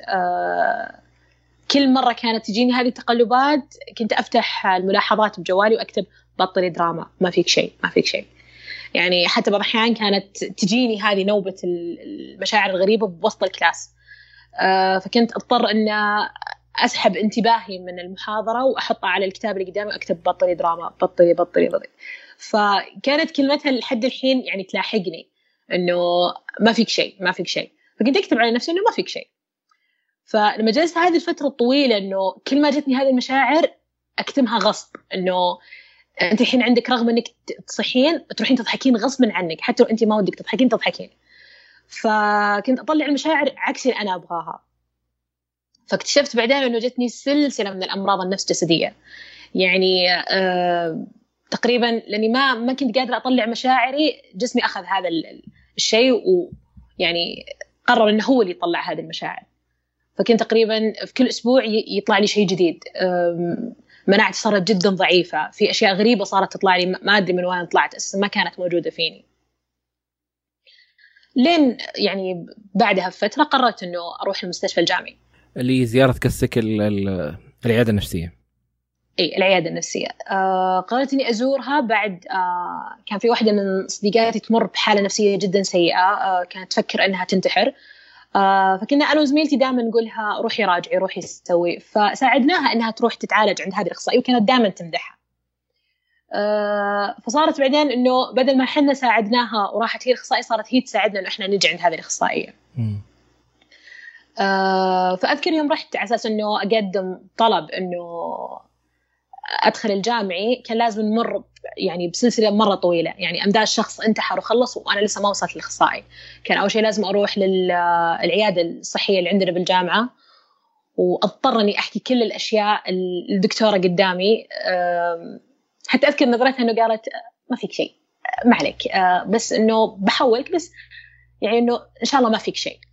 كل مرة كانت تجيني هذه التقلبات كنت أفتح الملاحظات بجوالي وأكتب بطلي دراما، ما فيك شيء ما فيك شيء. يعني حتى بعض الأحيان كانت تجيني هذه نوبة المشاعر الغريبة بوسط الكلاس، آه فكنت أضطر أن أسحب انتباهي من المحاضرة وأحطها على الكتاب اللي قدامي وأكتب بطلي دراما بطلي بطلي بطلي. فكانت كلمتها لحد الحين يعني تلاحقني إنه ما فيك شيء ما فيك شيء، فكنت أكتب على نفسي إنه ما فيك شيء. فلما جلست هذه الفترة الطويلة إنه كل ما جتني هذه المشاعر أكتمها غصب، إنه أنت الحين عندك رغم إنك تصحين تروحين تضحكين غصبا عنك، حتى لو أنت ما ودك تضحكين تضحكين. فكنت أطلع المشاعر عكس اللي أنا أبغاها. فاكتشفت بعدين إنه جتني سلسلة من الأمراض النفس جسدية، يعني آه تقريبا لأني ما ما كنت قادرة أطلع مشاعري، جسمي أخذ هذا الشيء ويعني قرر إنه هو اللي يطلع هذه المشاعر. فكنت تقريبا في كل أسبوع يطلع لي شيء جديد، مناعتي صارت جدا ضعيفة، في أشياء غريبة صارت تطلع لي ما أدري من وين طلعت، أساسا ما كانت موجودة فيني. لين يعني بعدها بفترة قررت إنه أروح المستشفى الجامعي اللي زيارة قصك العيادة النفسية. إيه العيادة النفسية. آه قررت إني أزورها بعد آه كان في واحدة من صديقاتي تمر بحالة نفسية جدا سيئة، آه كانت تفكر أنها تنتحر. آه فكنا أنا وزميلتي دائما نقولها روحي راجعي روحي سوي، فساعدناها أنها تروح تتعالج عند هذه الأخصائية وكانت دائما تمدحها. آه فصارت بعدين إنه بدل ما حنا ساعدناها وراحت هي الأخصائية صارت هي تساعدنا إنه إحنا نجي عند هذه الأخصائية. آه فأذكر يوم رحت على أساس إنه أقدم طلب إنه أدخل الجامعي، كان لازم نمر يعني بسلسلة مرة طويلة، يعني أمداد شخص انتحر وخلص وأنا لسه ما وصلت للأخصائي. كان أول شيء لازم أروح للعيادة الصحية اللي عندنا بالجامعة وأضطر إني أحكي كل الأشياء الدكتورة قدامي، حتى أذكر نظرتها إنه قالت ما فيك شيء ما عليك، بس إنه بحولك بس يعني إنه إن شاء الله ما فيك شيء.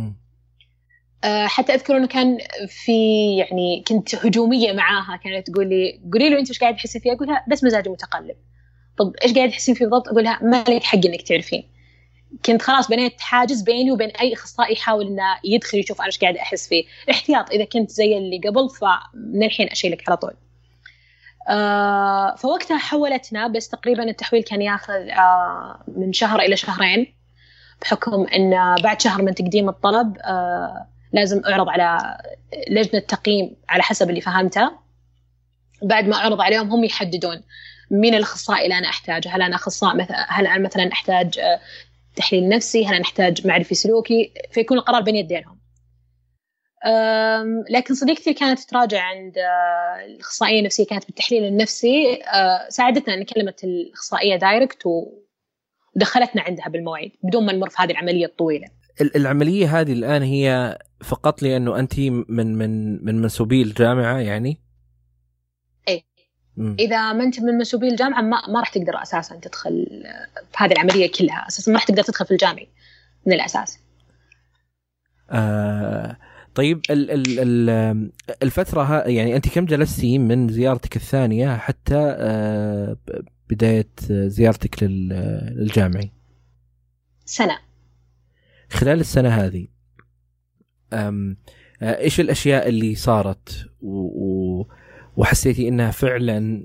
حتى أذكر إنه كان في يعني كنت هجومية معاها، كانت تقول لي قولي له أنت وش قاعد تحسي فيه، أقولها بس مزاجي متقلب. طب إيش قاعد تحسين فيه بالضبط، أقولها ما لك حق إنك تعرفين. كنت خلاص بنيت حاجز بيني وبين أي أخصائي يحاول إنه يدخل يشوف أنا إيش قاعد أحس فيه، احتياط إذا كنت زي اللي قبل فمن الحين أشيلك على طول. آه فوقتها حولتنا، بس تقريبا التحويل كان ياخذ آه من شهر إلى شهرين، بحكم إن بعد شهر من تقديم الطلب آه لازم أعرض على لجنة تقييم على حسب اللي فهمته. بعد ما أعرض عليهم هم يحددون مين الأخصائي اللي أنا أحتاجه، هل أنا أخصائي مثلا هل أنا مثلا أحتاج تحليل نفسي، هل أنا أحتاج معرفي سلوكي، فيكون القرار بين يدينهم. لكن صديقتي كانت تراجع عند الأخصائية النفسية، كانت بالتحليل النفسي، ساعدتنا أن كلمت الأخصائية دايركت ودخلتنا عندها بالمواعيد بدون ما نمر في هذه العملية الطويلة. العملية هذه الآن هي فقط لأنه أنت من من من منسوبي الجامعة يعني؟ إيه. م. إذا ما أنت من منسوبي الجامعة ما ما راح تقدر أساساً تدخل في هذه العملية كلها، أساساً ما راح تقدر تدخل في الجامعي من الأساس. آه طيب ال ال الفترة يعني أنت كم جلستي من زيارتك الثانية حتى آه بداية زيارتك للجامعي؟ سنة. خلال السنة هذه أم إيش الأشياء اللي صارت و وحسيتي إنها فعلا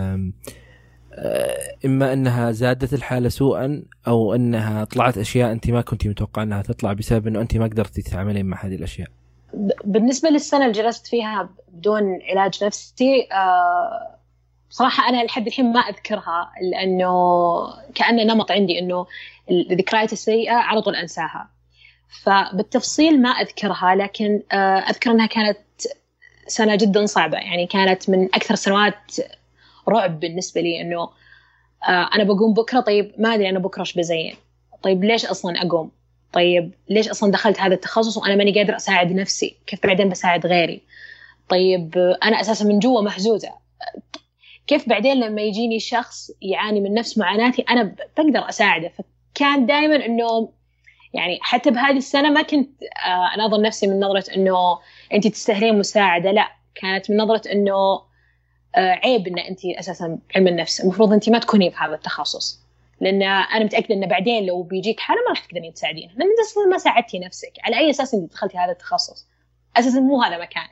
إما إنها زادت الحالة سوءا أو إنها طلعت أشياء أنت ما كنتي متوقع أنها تطلع بسبب إنه أنت ما قدرتي تتعاملين مع هذه الأشياء؟ بالنسبة للسنة اللي جلست فيها بدون علاج نفسي بصراحة أنا لحد الحين ما أذكرها، لأنه كأنه نمط عندي إنه الذكريات السيئة على طول أنساها، فبالتفصيل ما أذكرها. لكن أذكر أنها كانت سنة جدا صعبة، يعني كانت من أكثر سنوات رعب بالنسبة لي. إنه أنا بقوم بكرة، طيب ما أدري أنا بكرة إيش بزين، طيب ليش أصلا أقوم، طيب ليش أصلا دخلت هذا التخصص وأنا ماني قادر أساعد نفسي، كيف بعدين بساعد غيري، طيب أنا أساسا من جوا محزوزة، كيف بعدين لما يجيني شخص يعاني من نفس معاناتي أنا بقدر أساعده. فكان دائما إنه يعني حتى بهذه السنة ما كنت أنظر نفسي من نظرة إنه أنت تستاهلين مساعدة، لا، كانت من نظرة إنه عيب إن أنت أساسا علم النفس المفروض أنت ما تكوني في هذا التخصص، لأن أنا متأكدة إن بعدين لو بيجيك حالة ما راح تقدرين تساعدينها، لأن أنت أصلا ما ساعدتي نفسك. على أي أساس أنت دخلتي هذا التخصص؟ أساسا مو هذا مكانك.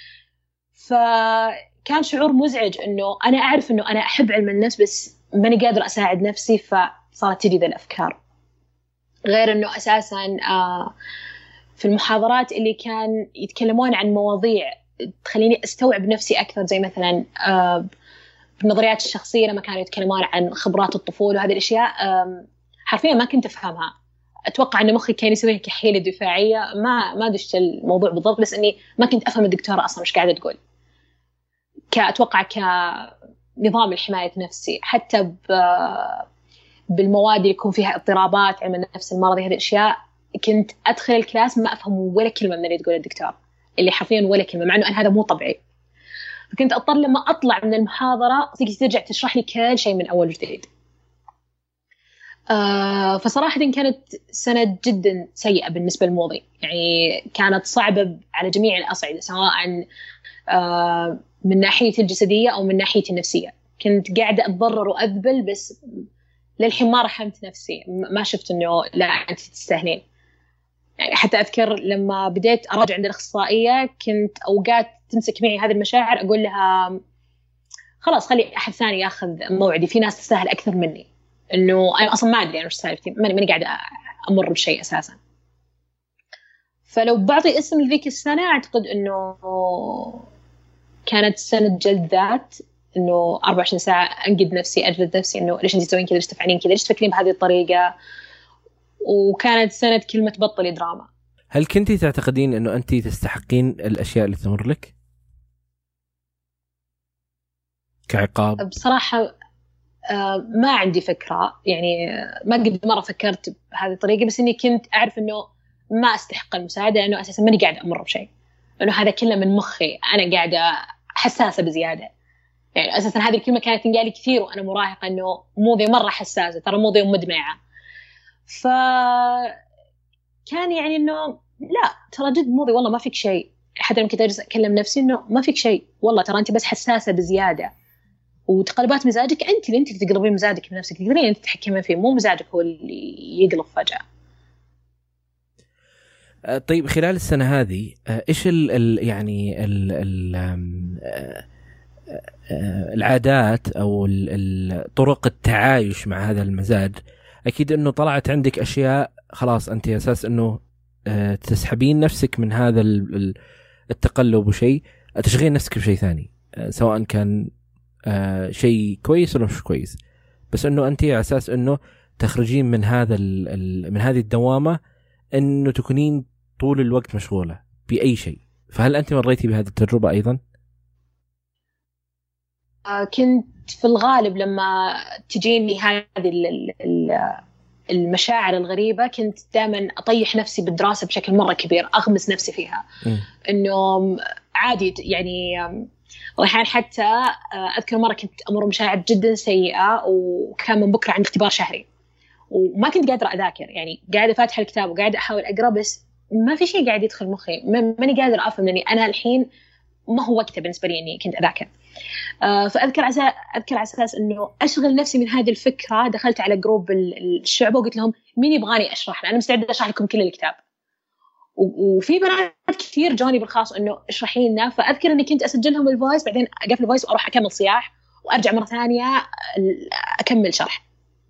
فكان شعور مزعج إنه أنا أعرف إنه أنا أحب علم النفس بس ماني قادر أساعد نفسي، فصارت تجي ذا الأفكار. غير إنه أساسا في المحاضرات اللي كان يتكلمون عن مواضيع تخليني أستوعب نفسي أكثر، زي مثلا بالنظريات الشخصية لما كانوا يتكلمون عن خبرات الطفولة وهذه الأشياء، حرفيا ما كنت أفهمها. أتوقع أن مخي كان يسويها كحيلة دفاعية، ما ما دشت الموضوع بالضبط، بس إني ما كنت أفهم الدكتورة أصلا مش قاعدة تقول. كأتوقع كنظام الحماية نفسي، حتى بالمواد اللي يكون فيها اضطرابات علم النفس المرضي هذه الأشياء، كنت أدخل الكلاس ما أفهم ولا كلمة من اللي تقول الدكتور، اللي حرفيا ولا كلمة، مع إنه أنا هذا مو طبيعي. فكنت أضطر لما أطلع من المحاضرة تيجي ترجع تشرح لي كل شيء من أول جديد. آه فصراحة كانت سنة جدا سيئة بالنسبة للماضي، يعني كانت صعبة على جميع الأصعدة، سواء آه من ناحية الجسدية أو من ناحية النفسية. كنت قاعدة أتضرر وأذبل، بس للحين ما رحمت نفسي، ما شفت إنه لا أنت تستاهلين. يعني حتى أذكر لما بديت أراجع عند الأخصائية كنت أوقات تمسك معي هذه المشاعر، أقول لها خلاص خلي أحد ثاني يأخذ موعدي، في ناس تستاهل أكثر مني، إنه أنا أصلا ما أدري أنا وش سالفتي، ماني ماني قاعدة أمر بشيء أساسا. فلو بعطي اسم لذيك السنة أعتقد إنه كانت سنة جلد ذات، إنه أربعة وعشرين ساعة أنقد نفسي، أجلد نفسي، إنه ليش أنت تسوين كذا، ليش تفعلين كذا، ليش تفكرين بهذه الطريقة. وكانت سنة كلمة بطلي دراما. هل كنتي تعتقدين إنه أنت تستحقين الأشياء اللي تمر لك كعقاب؟ بصراحة ما عندي فكرة، يعني ما قد مرة فكرت بهذه الطريقة، بس إني كنت أعرف إنه ما أستحق المساعدة، لأنه أساساً ماني قاعدة أمر بشيء، لأنه هذا كله من مخي، أنا قاعدة حساسة بزيادة. يعني أساساً هذه الكلمة كانت تنقالي كثير وأنا مراهقة، إنه مو ذي مرة حساسة، ترى مو ذي مدمعة. فكان يعني إنه لا ترى جد مو ذي، والله ما فيك شيء. حتى لما كنت أجلس أكلم نفسي إنه ما فيك شيء، والله ترى أنت بس حساسة بزيادة، وتقلبات مزاجك أنت اللي أنت اللي تقلبين مزاجك بنفسك، تقدرين أنت تتحكمين فيه، مو مزاجك هو اللي يقلب فجأة. طيب خلال السنة هذه إيش ال ال يعني ال ال العادات أو طرق التعايش مع هذا المزاج؟ أكيد إنه طلعت عندك أشياء خلاص أنت أساس إنه تسحبين نفسك من هذا التقلب وشيء تشغلين نفسك بشيء ثاني، سواء كان شيء كويس ولا مش كويس، بس إنه أنت على أساس إنه تخرجين من هذا من هذه الدوامة، إنه تكونين طول الوقت مشغولة بأي شيء. فهل أنت مريتي بهذه التجربة أيضا؟ كنت في الغالب لما تجيني هذه المشاعر الغريبة كنت دائما أطيح نفسي بالدراسة بشكل مرة كبير، أغمس نفسي فيها. م. إنه عادي يعني وأحيانا حتى أذكر مرة كنت أمر مشاعر جدا سيئة وكان من بكرة عندي اختبار شهري وما كنت قادرة أذاكر، يعني قاعدة فاتحة الكتاب وقاعدة أحاول أقرأ بس ما في شيء قاعد يدخل مخي، ماني قادرة أفهم أني أنا الحين ما هو وقته بالنسبة لي أني كنت أذاكر. آه فأذكر عسا أذكر على أساس أنه أشغل نفسي من هذه الفكرة دخلت على جروب الشعب وقلت لهم مين يبغاني أشرح، أنا مستعدة أشرح لكم كل الكتاب. وفي بنات كثير جاني بالخاص أنه اشرحي لنا، فأذكر أني كنت أسجلهم الفويس بعدين أقفل الفويس وأروح أكمل صياح وأرجع مرة ثانية أكمل شرح.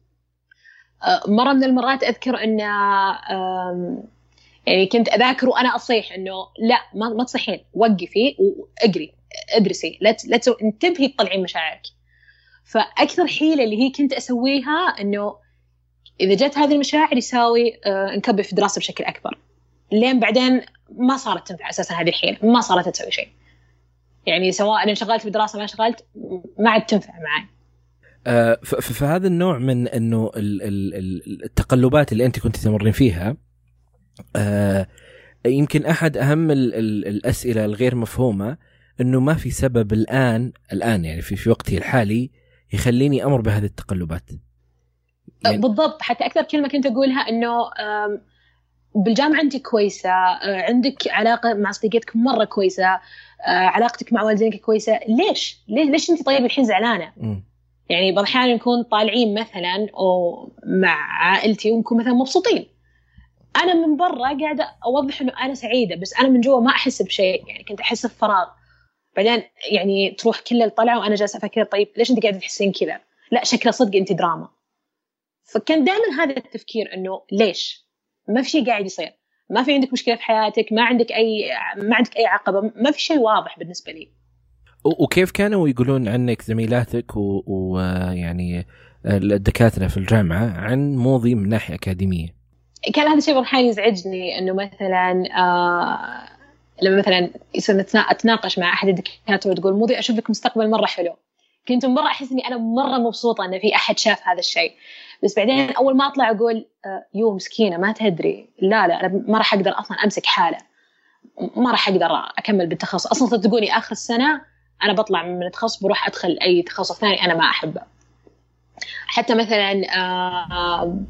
آه مرة من المرات أذكر أن آه يعني كنت أذاكر وأنا أصيح إنه لا ما ما تصحين، وقفي وأقري ادرسي، لا لا انتبهي تطلعين مشاعرك. فأكثر حيلة اللي هي كنت أسويها إنه إذا جت هذه المشاعر يساوي آه نكبر في الدراسة بشكل أكبر، لين بعدين ما صارت تنفع أساسا هذه الحيلة، ما صارت تسوي شيء، يعني سواء أنا شغلت في الدراسة ما شغلت ما عاد تنفع معي. آه فهذا النوع من إنه التقلبات اللي أنت كنت تمرين فيها آه يمكن أحد أهم ال ال الأسئلة الغير مفهومة إنه ما في سبب الآن الآن يعني في في وقتي الحالي يخليني أمر بهذه التقلبات. يعني بالضبط، حتى أكثر كلمة كنت أقولها إنه بالجامعة أنت كويسة، عندك علاقة مع صديقتك مرة كويسة، علاقتك مع والدينك كويسة، ليش ليش ليش أنت طيب الحين زعلانة؟ م. يعني بعض الأحيان نكون طالعين مثلا أو مع عائلتي ونكون مثلا مبسوطين، أنا من برا قاعدة أوضح إنه أنا سعيدة بس أنا من جوا ما أحس بشيء، يعني كنت أحس بفراغ. بعدين يعني تروح كل الطلعة وأنا جالسة أفكر طيب ليش أنت قاعدة تحسين كذا؟ لا شكله صدق أنت دراما. فكان دائما هذا التفكير إنه ليش ما في شيء قاعد يصير، ما في عندك مشكلة في حياتك، ما عندك أي ما عندك أي عقبة، ما في شيء واضح بالنسبة لي. وكيف كانوا يقولون عنك زميلاتك ويعني الدكاترة في الجامعة عن موضي من ناحية أكاديمية؟ كان هذا الشيء بالحين يزعجني، إنه مثلاً آه لما مثلاً يصير أتناقش مع أحد الدكاترة وتقول موضي أشوف لك مستقبل مرة حلو، كنت مرة أحس إني أنا مرة مبسوطة إن في أحد شاف هذا الشيء، بس بعدين أول ما أطلع أقول آه يو مسكينة ما تدري، لا لا أنا ما راح أقدر أصلاً أمسك حالة، ما راح أقدر أكمل بالتخصص أصلاً. صدقوني آخر السنة أنا بطلع من التخصص بروح أدخل أي تخصص ثاني أنا ما أحبه. حتى مثلاً آه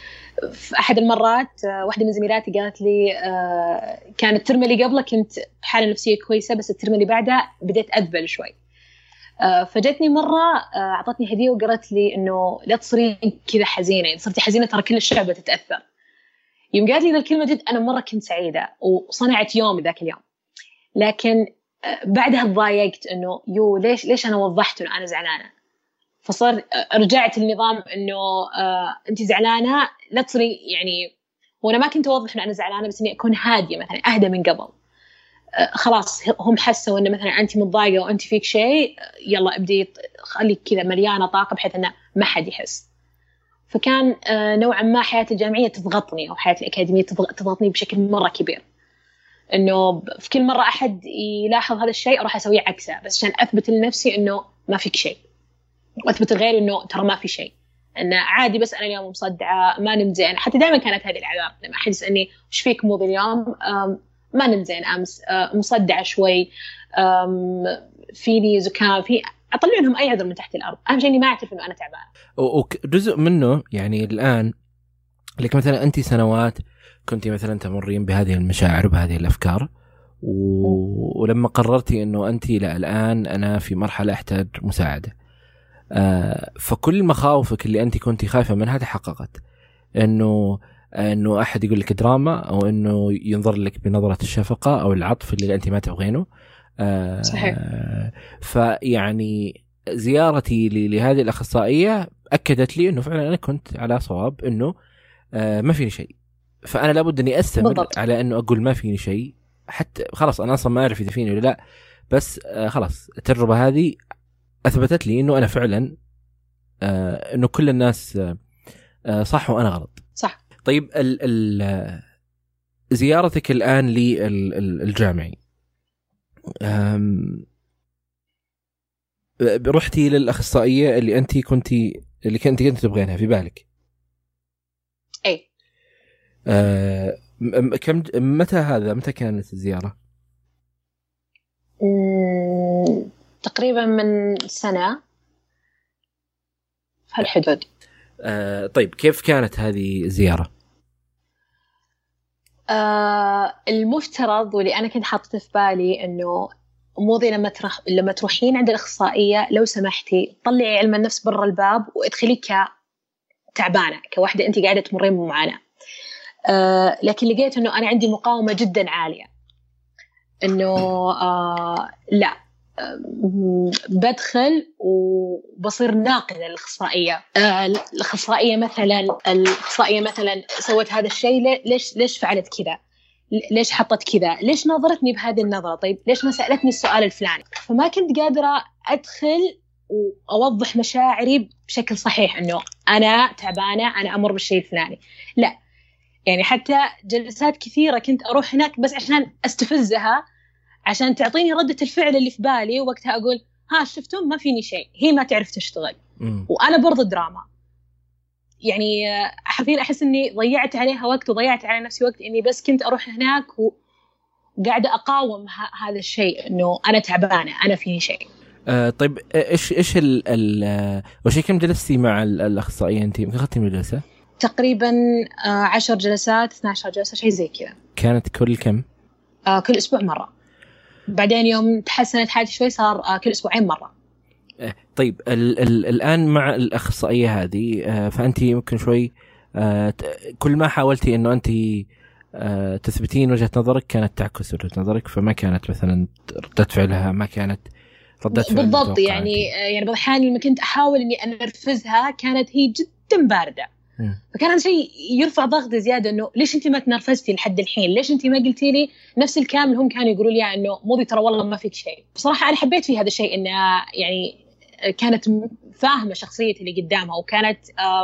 في أحد المرات واحدة من زميلاتي قالت لي آه كان الترم اللي قبله كنت بحالة نفسية كويسة بس الترم اللي بعده بديت أذبل شوي. آه فجتني مرة آه أعطتني هدية وقالت لي إنه لا تصيرين كذا حزينة، إذا صرتي حزينة ترى كل الشعب بتتأثر. يوم قالت لي ذا الكلمة جد أنا مرة كنت سعيدة وصنعت يومي ذاك اليوم، لكن آه بعدها تضايقت إنه يو ليش ليش أنا وضحت إنه أنا زعلانة. فصار رجعت النظام إنه آه أنت زعلانة لا تصيري، يعني وأنا ما كنت أوضح إنه أنا زعلانة بس إني أكون هادية مثلا أهدى من قبل. آه خلاص هم حسوا إنه مثلا أنت متضايقة وأنت فيك شيء، يلا ابدي خليك كذا مليانة طاقة بحيث إنه ما حد يحس. فكان آه نوعا ما حياتي الجامعية تضغطني أو حياتي الأكاديمية تضغطني بشكل مرة كبير، إنه في كل مرة أحد يلاحظ هذا الشيء أروح أسويه عكسه بس عشان أثبت لنفسي إنه ما فيك شيء، وأثبت الغير إنه ترى ما في شيء، إنه عادي بس أنا اليوم مصدعة ما نمت زين. حتى دائما كانت هذه الأعذار لما أحد يسألني وش فيك موضوع اليوم، ما نمت زين أمس، مصدعة شوي، فيني زكام، في أطلع لهم أي عذر من تحت الأرض، أهم شيء إني ما أعترف إنه أنا تعبانة. وجزء منه يعني الآن لك مثلا أنت سنوات كنت مثلا تمرين بهذه المشاعر وبهذه الأفكار و... ولما قررتي إنه أنت لا الآن أنا في مرحلة أحتاج مساعدة، آه فكل مخاوفك اللي أنت كنت خايفة منها تحققت، إنه إنه أحد يقول لك دراما أو إنه ينظر لك بنظرة الشفقة أو العطف اللي أنت ما تبغينه. آه صحيح. فيعني زيارتي لهذه الأخصائية أكدت لي إنه فعلا أنا كنت على صواب، إنه آه ما فيني شيء، فأنا لابد أني أستمر بالضبط على إنه أقول ما فيني شيء، حتى خلاص أنا أصلا ما أعرف إذا فيني ولا لا، بس آه خلاص التجربة هذه أثبتت لي إنه أنا فعلا آه إنه كل الناس آه صح وأنا غلط. صح. طيب ال ال زيارتك الآن للجامعي رحتي للأخصائية اللي أنت كنتي اللي كنتي كنت تبغينها في بالك؟ أي. أه كم متى هذا متى كانت الزيارة؟ تقريبا من سنة في هالحدود. أه طيب كيف كانت هذه الزيارة؟ أه المفترض واللي أنا كنت حاطته في بالي إنه موضي لما تروح لما تروحين عند الأخصائية لو سمحتي طلعي علم النفس برا الباب وادخلي كتعبانة كواحدة أنت قاعدة تمرين بمعاناة. أه لكن لقيت إنه أنا عندي مقاومة جدا عالية، إنه أه لا أه بدخل وبصير ناقدة للأخصائية. أه الأخصائية مثلا الأخصائية مثلا سوت هذا الشيء، ليش ليش فعلت كذا، ليش حطت كذا، ليش نظرتني بهذه النظرة، طيب ليش ما سألتني السؤال الفلاني. فما كنت قادرة أدخل وأوضح مشاعري بشكل صحيح إنه أنا تعبانة، أنا أمر بالشيء الفلاني. لا يعني حتى جلسات كثيرة كنت أروح هناك بس عشان أستفزها، عشان تعطيني ردة الفعل اللي في بالي، وقتها أقول ها شفتم ما فيني شيء، هي ما تعرف تشتغل م. وأنا برضو دراما. يعني حرفيا أحس إني ضيعت عليها وقت وضيعت على نفسي وقت إني بس كنت أروح هناك وقاعدة أقاوم هذا الشيء إنه أنا تعبانة، أنا فيني شيء. آه طيب إيش إيش ال ال وش كم جلستي مع الأخصائية أنتي؟ كم أخذتي من جلسة؟ تقريبا آه عشر جلسات اثنا عشر جلسة شيء زي كذا. كانت كل كم؟ آه كل أسبوع مرة. بعدين يوم تحسنت حالتي شوي صار آه كل أسبوعين مرة. طيب ال ال الآن مع الأخصائية هذه آه فأنت ممكن شوي آه كل ما حاولتي إنه أنت آه تثبتين وجهة نظرك كانت تعكس وجهة نظرك، فما كانت مثلا ردة فعلها ما كانت ردة فعل بالضبط. يعني يعني بعض الأحيان لما كنت أحاول إني أنرفزها كانت هي جدا باردة، م. فكان هذا شيء يرفع ضغطي زيادة، إنه ليش أنت ما تنرفزتي لحد الحين، ليش أنت ما قلتي لي نفس الكلام اللي هم كانوا يقولوا لي إنه موضي ترى والله ما فيك شيء. بصراحة أنا حبيت في هذا الشيء إنه يعني كانت فاهمة شخصيتي اللي قدامها، وكانت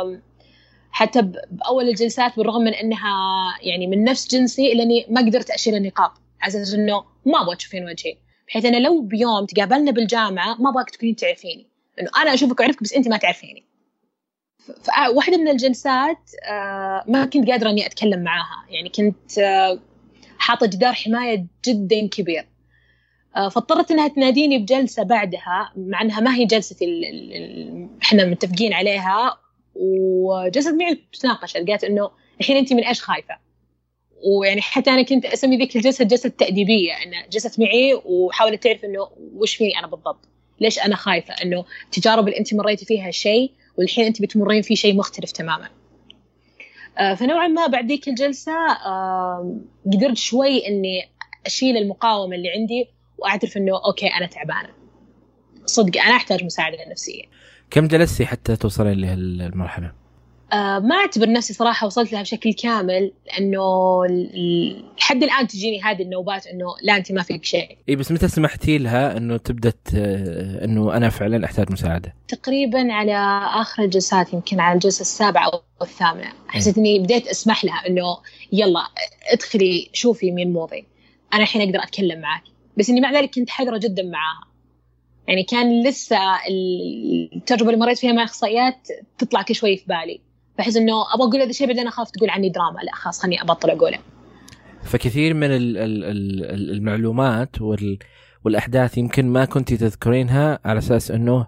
حتى بأول الجلسات بالرغم من أنها يعني من نفس جنسي إلا أني ما قدرت أشيل النقاب على أساس أنه ما أبغى تشوفين وجهي، بحيث أنا لو بيوم تقابلنا بالجامعة ما أبغاك تكونين تعرفيني، إنه أنا أشوفك وأعرفك بس أنت ما تعرفيني. فواحدة من الجلسات ما كنت قادرة أني أتكلم معاها، يعني كنت حاطة جدار حماية جدا كبير، فاضطرت انها تناديني بجلسه بعدها مع انها ما هي جلستي اللي احنا متفقين عليها، وجلست معي تناقش. قالت انه الحين انت من ايش خايفه، ويعني حتى انا كنت اسمي ذيك الجلسه جلسه تاديبيه، انها جلست معي وحاولت تعرف انه وش فيني انا بالضبط، ليش انا خايفه، انه التجارب اللي انت مريتي فيها شيء والحين انت بتمرين فيه شيء مختلف تماما. فنوعا ما بعد ذيك الجلسه قدرت شوي اني اشيل المقاومه اللي عندي وأعترف إنه أوكي أنا تعبانة صدق، أنا أحتاج مساعدة نفسية. كم جلستي حتى توصلين لهالمرحلة؟ آه ما أعتبر نفسي صراحة وصلت لها بشكل كامل، لأنه لحد الآن تجيني هذه النوبات إنه لا أنت ما فيك شيء. إيه بس متى سمحتي لها إنه تبدأ إنه أنا فعلا أحتاج مساعدة؟ تقريبا على آخر الجلسات، يمكن على الجلسة السابعة أو الثامنة حسيت إني بديت أسمح لها إنه يلا ادخلي شوفي مين موضي، أنا الحين أقدر أتكلم معك. بس إني مع ذلك كنت حذرة جدا معاها، يعني كان لسه التجربة اللي مريت فيها مع الأخصائيات تطلع كل شوي في بالي، بحس إنه أبغى أقول هذا الشيء بعدين أخاف تقول عني دراما، لا خلاص خلني أبطل أقوله. فكثير من المعلومات والأحداث يمكن ما كنتي تذكرينها على أساس إنه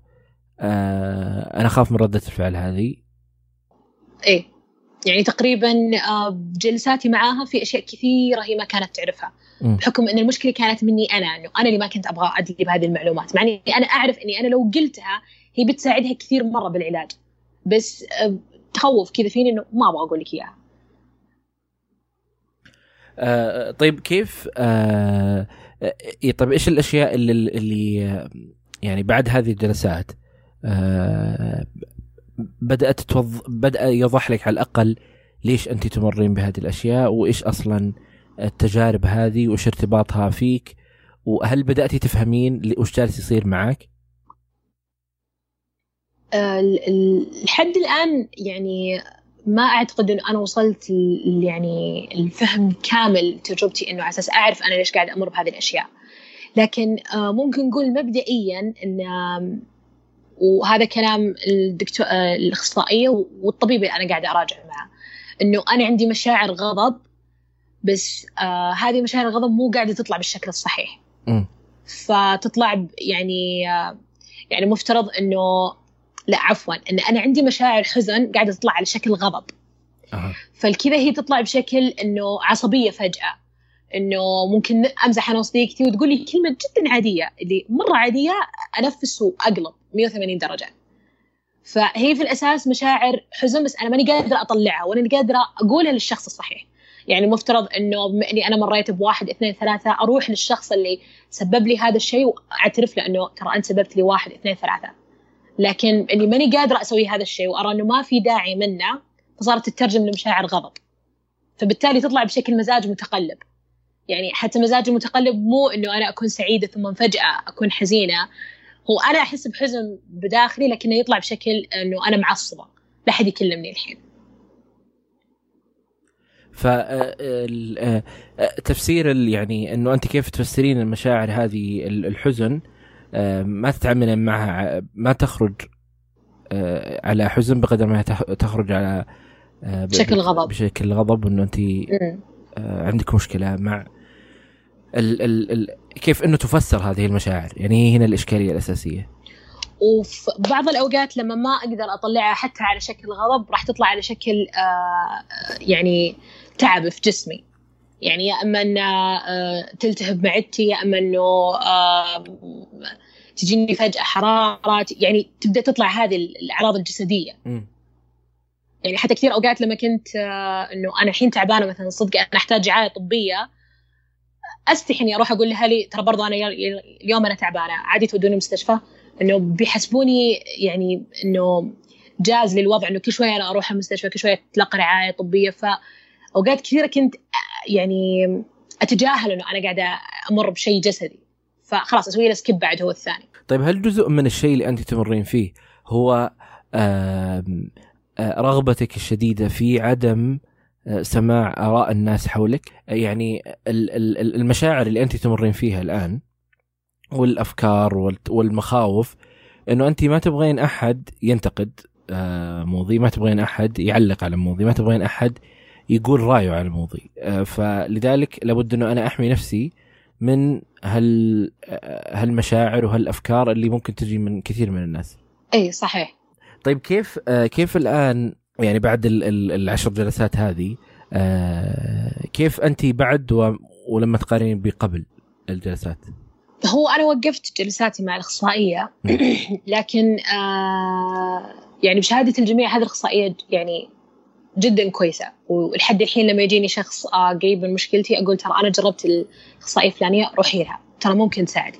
آه أنا خاف من ردة الفعل هذه. إيه يعني تقريبا جلساتي معاها في أشياء كثيرة هي ما كانت تعرفها، بحكم أن المشكلة كانت مني أنا، أنه أنا اللي ما كنت أبغى أدلي بهذه المعلومات، مع أني أنا أعرف أني أنا لو قلتها هي بتساعدها كثير مرة بالعلاج، بس تخوف كذا فيني أنه ما أبغى أقول لك إياها. آه طيب كيف آه طيب إيش الأشياء اللي, اللي يعني بعد هذه الجلسات آه بدأت توض... بدأ يوضح لك على الأقل ليش أنت تمرين بهذه الأشياء، وإيش أصلاً التجارب هذه وإيش ارتباطها فيك، وهل بدأتي تفهمين وإيش جالس يصير معك؟ أه لحد الآن يعني ما أعتقد أنه أنا وصلت يعني الفهم كامل تجربتي، إنه على أساس أعرف أنا ليش قاعد أمر بهذه الأشياء، لكن ممكن نقول مبدئيا إن، وهذا كلام الدكتور الأخصائية والطبيب اللي أنا قاعدة أراجع معه، إنه أنا عندي مشاعر غضب، بس آه هذه مشاعر الغضب مو قاعدة تطلع بالشكل الصحيح. م. فتطلع يعني آه يعني مفترض إنه لا عفوا إن أنا عندي مشاعر حزن قاعدة تطلع على شكل غضب. أه. فالكذا هي تطلع بشكل إنه عصبية فجأة، إنه ممكن أمزح أنا وصديقتي وتقول لي كلمة جدا عادية اللي مرة عادية أنفس وأقلب مية وثمانين درجة. فهي في الأساس مشاعر حزن، بس أنا ماني قادرة أطلعها وأنا قادرة أقولها للشخص الصحيح. يعني مفترض إنه بما إني أنا مريت بواحد اثنين ثلاثة أروح للشخص اللي سبب لي هذا الشيء وأعترف له إنه ترى أنت سببت لي واحد اثنين ثلاثة، لكن إني ماني قادرة أسوي هذا الشيء وأرى إنه ما في داعي منه، فصارت تترجم لمشاعر غضب، فبالتالي تطلع بشكل مزاج متقلب. يعني حتى مزاج متقلب مو إنه أنا أكون سعيدة ثم فجأة أكون حزينة، هو أنا أحس بحزن بداخلي لكنه يطلع بشكل إنه أنا معصبة لا حد يكلمني الحين. فتفسير يعني إنه أنت كيف تفسرين المشاعر هذه الحزن، ما تتعاملين معها، ما تخرج على حزن بقدر ما تخرج على بشكل غضب، بشكل غضب، إنه أنت عندك مشكلة مع ال ال ال كيف إنه تفسر هذه المشاعر. يعني هنا الإشكالية الأساسية. وفي بعض الأوقات لما ما أقدر أطلعها حتى على شكل غضب راح تطلع على شكل آه يعني تعب في جسمي، يعني يا أما أن آه تلتهب معدتي، يا أما أنه آه تجيني فجأة حرارات، يعني تبدأ تطلع هذه الأعراض الجسدية. م. يعني حتى كثير أوقات لما كنت آه أنه أنا الحين تعبانة مثلا صدق أنا أحتاج رعاية طبية، أستحي إني أروح أقول لها لي ترى برضو أنا اليوم أنا تعبانة، عادي تودوني مستشفى، إنه بيحسبوني يعني إنه جاز للوضع إنه كل شوية أنا أروح المستشفى، كل شوية تلقى رعاية طبية. فأوقات كثيرة كنت يعني أتجاهل إنه أنا قاعدة أمر بشيء جسدي، فخلاص أسوي له سكيب بعد هو الثاني. طيب هل جزء من الشيء اللي أنت تمرين فيه هو رغبتك الشديدة في عدم سماع آراء الناس حولك؟ يعني المشاعر اللي أنت تمرين فيها الآن والأفكار والمخاوف، إنه أنت ما تبغين أحد ينتقد موضوع، ما تبغين أحد يعلق على موضوع، ما تبغين أحد يقول رأيه على الموضوع، فلذلك لابد إنه أنا أحمي نفسي من هال هالمشاعر وهالأفكار اللي ممكن تجي من كثير من الناس. أي صحيح. طيب كيف كيف الآن يعني بعد العشر جلسات هذه كيف أنت بعد ولما تقارنين بقبل الجلسات؟ هو أنا وقفت جلساتي مع الأخصائية لكن آه يعني بشهادة الجميع هذه الأخصائية يعني جدا كويسة، والحد الحين لما يجيني شخص آه قريب من مشكلتي أقول ترى أنا جربت الأخصائية الفلانية روحي لها ترى ممكن تساعدك.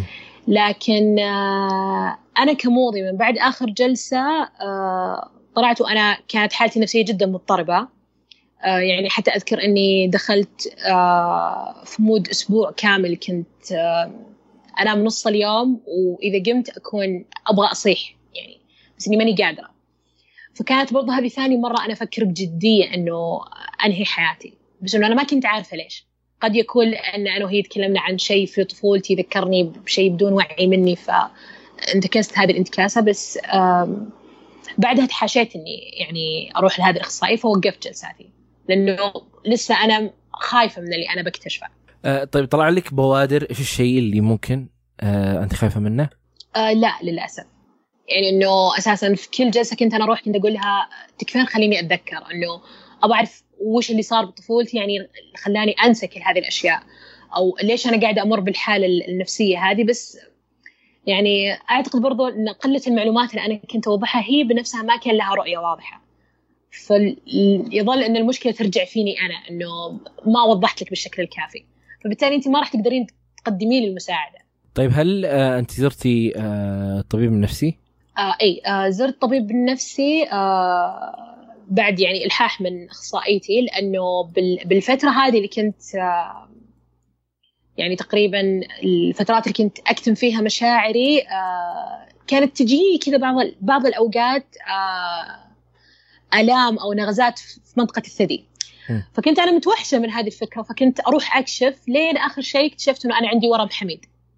لكن آه أنا كموضي من بعد آخر جلسة آه طلعت وأنا كانت حالتي النفسية جدا مضطربة. آه يعني حتى أذكر أني دخلت آه في مود أسبوع كامل كنت آه أنام نص اليوم، وإذا قمت أكون أبغى أصيح يعني بس إني ماني قادرة. فكانت برضه هذه ثاني مرة أنا أفكر بجدية إنه أنهي حياتي، بس إنه أنا ما كنت عارفة ليش. قد يكون أن أنا وهي تكلمنا عن شيء في طفولتي ذكرني بشيء بدون وعي مني فانتكست هذه الانتكاسة، بس بعدها تحاشيت إني يعني أروح لهذا الأخصائي فوقفت جلساتي لأنه لسه أنا خايفة من اللي أنا بكتشفه. أه طيب طلع لك بوادر إيش الشيء اللي ممكن أه أنت خايفة منه؟ أه لا للأسف، يعني إنه أساساً في كل جلسة كنت أنا أروح كنت أقول لها تكفين خليني أتذكر إنه أبغى أعرف وش اللي صار بطفولتي يعني خلاني أنسى كل هذه الأشياء، أو ليش أنا قاعدة أمر بالحالة النفسية هذه. بس يعني أعتقد برضو أن قلة المعلومات اللي أنا كنت أوضحها هي بنفسها ما كان لها رؤية واضحة، فيظل أن المشكلة ترجع فيني أنا إنه ما وضحت لك بالشكل الكافي، فبالتالي أنت ما راح تقدرين تقدمين لي المساعدة. طيب هل آه أنت زرتي آه طبيب نفسي؟ آه أي آه زرت طبيب نفسي آه بعد يعني إلحاح من أخصائيتي، لأنه بالفترة هذه اللي كنت آه يعني تقريبا الفترات اللي كنت أكتم فيها مشاعري آه كانت تجيني كذا بعض بعض الأوقات آه آلام أو نغزات في منطقة الثدي، فكنت أنا متوحشة من هذه الفكرة، فكنت أروح أكشف لين آخر شيء اكتشفت إنه أنا عندي ورم حميد.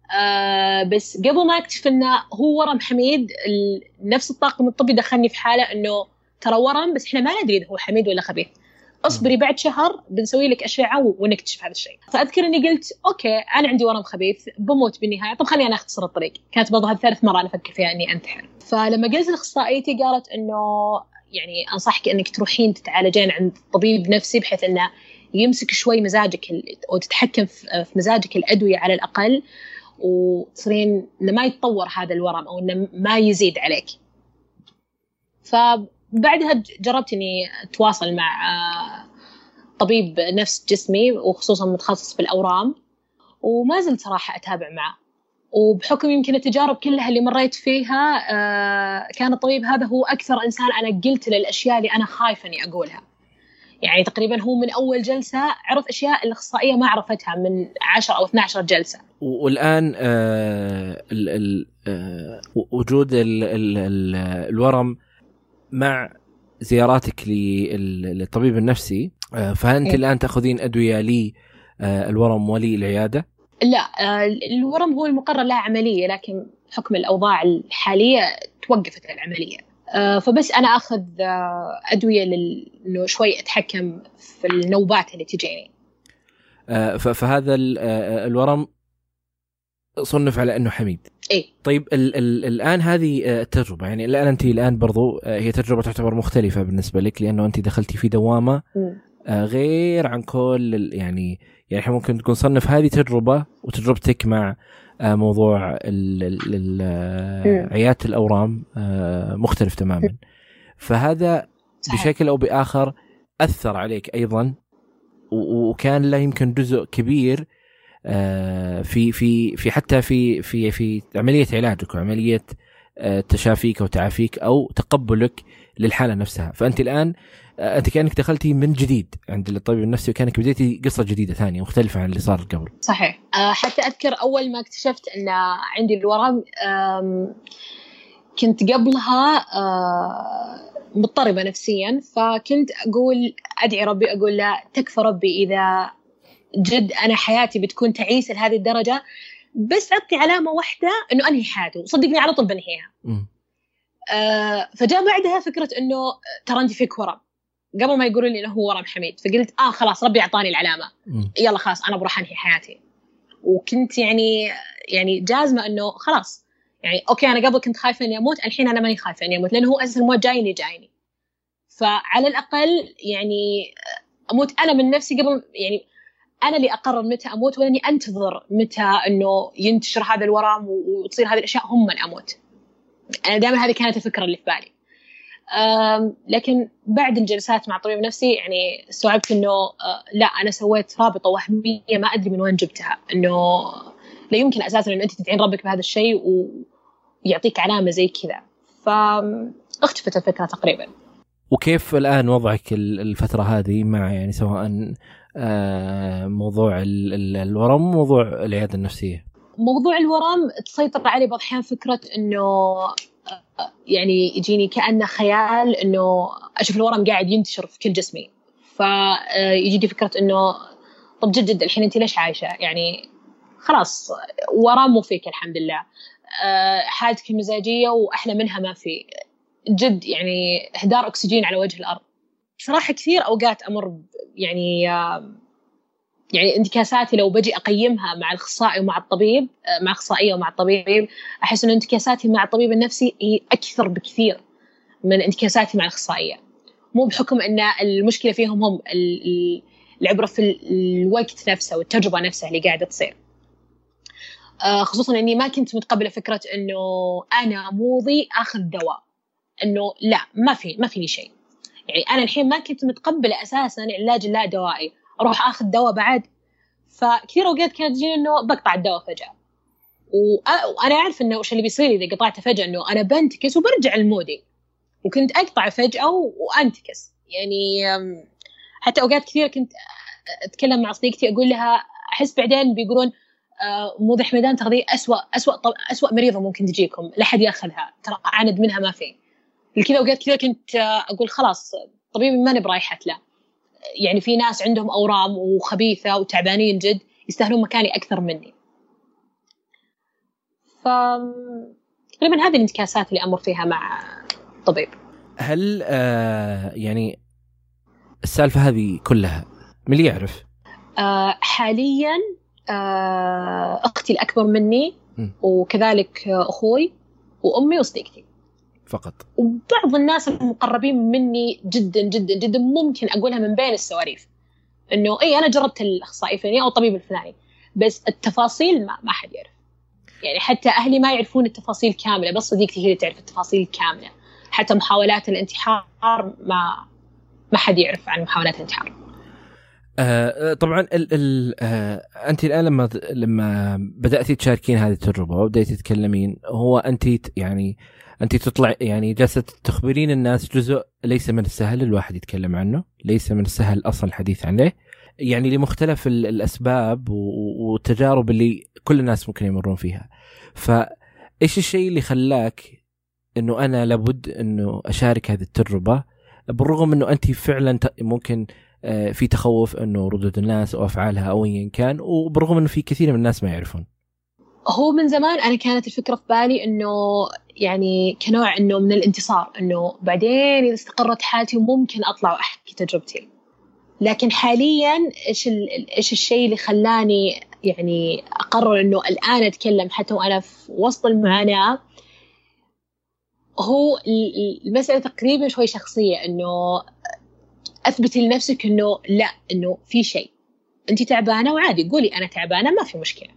آه بس قبل ما أكتشف إنه هو ورم حميد، نفس الطاقم الطبي دخلني في حالة إنه ترى ورم بس إحنا ما ندري إذا هو حميد ولا خبيث، اصبري بعد شهر بنسوي لك أشعة ونكتشف هذا الشيء. فأذكر إني قلت أوكي أنا عندي ورم خبيث بموت بالنهاية، طب خليني أنا أختصر الطريق. كانت برضه ثالث مرة أنا أفكر فيها إني أنتحر. فلما قلت لأخصائيتي قالت إنه يعني أنصحك إنك تروحين تتعالجين عند طبيب نفسي بحيث إنه يمسك شوي مزاجك أو تتحكم في مزاجك الأدوية على الأقل، وتصيرين إنه ما يتطور هذا الورم أو إنه ما يزيد عليك. فبعدها جربت إني أتواصل مع طبيب نفس جسمي وخصوصا متخصص في الأورام، وما زلت صراحة أتابع معه. وبحكم يمكن التجارب كلها اللي مريت فيها كان الطبيب هذا هو أكثر إنسان أنا قلت للأشياء اللي أنا خايفة إني أقولها. يعني تقريبا هو من أول جلسة عرف أشياء الأخصائية ما عرفتها من عشر أو اثني عشر جلسة. والآن آه ال ال آه وجود ال ال ال الورم مع زياراتك للطبيب النفسي، آه فأنت إيه؟ الآن تأخذين أدوية لي آه الورم ولي العيادة؟ لا، آه الورم هو المقرر لها عملية، لكن حكم الأوضاع الحالية توقفت العملية. آه فبس أنا أخذ آه أدوية لأنه شوي أتحكم في النوبات اللي تجيني. آه فهذا الورم صنف على أنه حميد. إيه؟ طيب ال ال الآن هذه التجربة، يعني الآن أنت الآن برضو هي تجربة تعتبر مختلفة بالنسبة لك، لأنه أنت دخلتي في دوامة آه غير عن كل يعني يعني إحنا ممكن تكون صنف هذه تجربة وتجربتك مع آه موضوع ال ال ال عيادة الأورام آه مختلف تماما. فهذا بشكل أو بآخر أثر عليك أيضا، وكان له يمكن جزء كبير في في في حتى في في في عملية علاجك وعملية تشافيك أو تعافيك أو تقبلك للحالة نفسها. فأنت الآن أنت كأنك دخلتي من جديد عند الطبيب النفسي، وكأنك بديتي قصة جديدة ثانية مختلفة عن اللي صار قبل. صحيح. حتى أذكر أول ما اكتشفت أن عندي الورم كنت قبلها مضطربة نفسيا، فكنت أقول أدعي ربي، أقول لا تكفى ربي إذا جد أنا حياتي بتكون تعيسة لهذه الدرجة، بس عطي علامة واحدة إنه أنهي حياته وصدقني على طول بنهيها. آه فجاء بعدها فكرة إنه ترى أنت فيك ورم، قبل ما يقولوا لي إنه هو ورم حميد، فقلت آه خلاص ربي أعطاني العلامة، م. يلا خلاص أنا بروح أنهي حياتي. وكنت يعني يعني جازمة إنه خلاص يعني أوكي أنا قبل كنت خايفة إني أموت، الحين أنا ماني خايفة إني أموت، لأنه هو أساس الموت جايني جايني فعلى الأقل يعني أموت أنا من نفسي قبل، يعني أنا اللي أقرر متى أموت، ولا إني أنتظر متى إنه ينتشر هذا الورم وتصير هذه الأشياء هم من أموت. أنا دائما هذه كانت الفكرة اللي في بالي. لكن بعد الجلسات مع طبيب نفسي يعني استوعبت إنه لا، أنا سويت رابطة وهمية ما أدري من وين جبتها، إنه لا يمكن أساساً إن أنت تدعين ربك بهذا الشيء ويعطيك علامة زي كذا. فاختفت الفكرة تقريباً. وكيف الآن وضعك الفترة هذه مع يعني سواء موضوع الورم وموضوع العيادة النفسية؟ موضوع الورم تسيطر علي بعض الأحيان فكرة إنه يعني يجيني كأنه خيال إنه أشوف الورم قاعد ينتشر في كل جسمي، فيجيني فكرة إنه طب جد جد الحين أنت ليش عايشة؟ يعني خلاص ورم وفيك الحمد لله، حالتك المزاجية وأحلى منها ما في، جد يعني إهدار أكسجين على وجه الأرض. صراحة كثير أوقات أمر يعني يعني انتكاساتي لو بجي أقيمها مع الأخصائي ومع الطبيب، مع أخصائية ومع الطبيب، أحس إن انتكاساتي مع الطبيب النفسي هي أكثر بكثير من انتكاساتي مع الأخصائية. مو بحكم أن المشكلة فيهم هم، العبرة في الوقت نفسه والتجربة نفسها اللي قاعدة تصير. خصوصاً أني ما كنت متقبلة فكرة إنه أنا موضي أخذ دواء، إنه لا ما في ما فيني شيء. يعني أنا الحين ما كنت متقبلة أساساً علاج اللا دوائي، أروح أخذ دواء بعد. فكثير أوقات كانت تجيني إنه بقطع الدواء فجأة، وأنا أعرف إنه وش اللي بيصير إذا قطعته فجأة، إنه أنا بنتكس وبرجع المودي، وكنت أقطع فجأة وأنتكس. يعني حتى أوقات كثير كنت أتكلم مع صديقتي أقول لها أحس بعدين بيقولون موضوع حميدان تغذية أسوأ أسوأ أسوأ مريضة ممكن تجيكم، لا حد يأخذها، ترى أعند منها ما في. الكذا أوقات كثير كنت أقول خلاص طبيبي ما نبرايحت له، يعني في ناس عندهم أورام وخبيثة وتعبانين جد يستاهلون مكاني أكثر مني. فتقريبا هذه الانتكاسات اللي أمر فيها مع طبيب. هل آه يعني السالفة هذه كلها من اللي يعرف؟ آه حاليا آه أختي الأكبر مني م. وكذلك أخوي وأمي وصديقتي فقط. وبعض الناس المقربين مني جدا جدا جدا ممكن أقولها من بين السواليف إنه إيه أنا جربت الأخصائي الفلاني أو الطبيب الفلاني، بس التفاصيل ما ما حد يعرف. يعني حتى أهلي ما يعرفون التفاصيل كاملة، بس صديقتي هي اللي تعرف التفاصيل كاملة. حتى محاولات الانتحار ما ما حد يعرف عن محاولات الانتحار. آه طبعا ال ال آه أنت الآن لما لما بدأتي تشاركين هذه التجربة وبدأتي تتكلمين، هو أنت يعني أنت تطلع يعني جالسة تخبرين الناس جزء ليس من السهل الواحد يتكلم عنه، ليس من السهل أصلا الحديث عنه، يعني لمختلف الأسباب والتجارب اللي كل الناس ممكن يمرون فيها. فإيش الشيء اللي خلاك إنه أنا لابد إنه أشارك هذه التجربة، بالرغم إنه أنت فعلا ممكن في تخوف إنه ردود الناس أو أفعالها أو أيا كان، وبرغم إنه في كثير من الناس ما يعرفون؟ هو من زمان أنا كانت الفكرة في بالي إنه يعني كنوع إنه من الانتصار، إنه بعدين إذا استقرت حالتي وممكن أطلع وأحكي تجربتي. لكن حالياً إيش إيش الشيء اللي خلاني يعني أقرر إنه الآن أتكلم حتى وأنا في وسط المعاناة؟ هو المسألة تقريباً شوي شخصية، إنه أثبت لنفسك إنه لا، إنه في شيء أنت تعبانة وعادي قولي أنا تعبانة ما في مشكلة.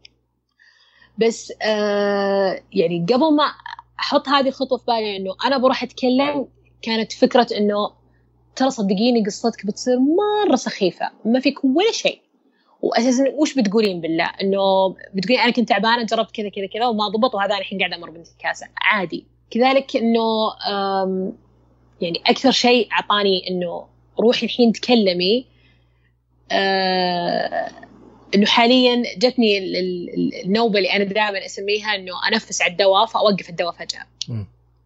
بس آه يعني قبل ما أحط هذه الخطوة في بالي إنه أنا بروح أتكلم، كانت فكرة إنه ترى صدقيني قصتك بتصير مرة سخيفة، ما فيك ولا شيء، وأساساً وش بتقولين بالله؟ إنه بتقولين أنا كنت تعبانة جربت كذا كذا كذا وما ضبط وهذا الحين قاعدة أمر بانتكاسة عادي. كذلك إنه يعني أكثر شيء عطاني إنه روحي الحين تكلمي، آه إنه حالياً جتني النوبة اللي أنا دائماً أسميها إنه أنفس على الدواء فأوقف الدواء فجأة. م.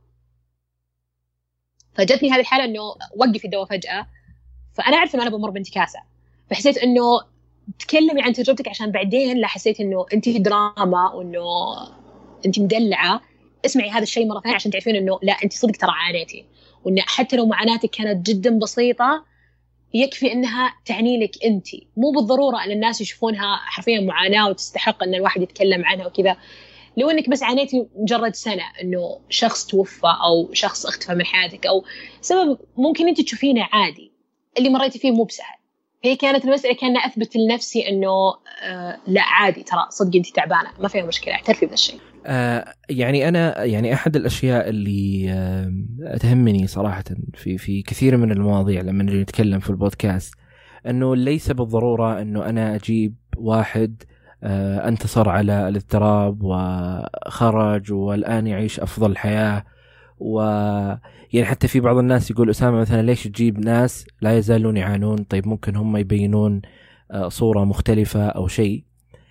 فجتني هذه الحالة إنه وقفي الدواء فجأة، فأنا أعرف إنه أنا بمر بانتكاسة، فحسيت إنه تكلمي عن تجربتك عشان بعدين لا حسيت إنه أنت في دراما وإنه أنت مدلعة، اسمعي هذا الشيء مرة ثانية عشان تعرفين إنه لا أنت صدق ترى عانيتي، وإن حتى لو معاناتك كانت جدا بسيطة يكفي إنها تعني لك أنت، مو بالضرورة أن الناس يشوفونها حرفيا معاناة وتستحق أن الواحد يتكلم عنها وكذا. لو أنك بس عانيتي مجرد سنة إنه شخص توفى أو شخص اختفى من حياتك أو سبب ممكن أنت تشوفينه عادي، اللي مريتي فيه مو بسهل. هي كانت المسألة كأن أثبت لنفسي إنه آه لا عادي، ترى صدق أنت تعبانة ما فيها مشكلة، اعترفي بهذا الشيء. آه يعني أنا يعني أحد الأشياء اللي آه تهمني صراحة في في كثير من المواضيع لما نجي نتكلم في البودكاست، إنه ليس بالضرورة إنه أنا أجيب واحد آه انتصر على الاضطراب وخرج والآن يعيش أفضل حياة. ويعني حتى في بعض الناس يقول أسامة مثلا ليش تجيب ناس لا يزالون يعانون؟ طيب ممكن هم يبينون آه صورة مختلفة أو شيء.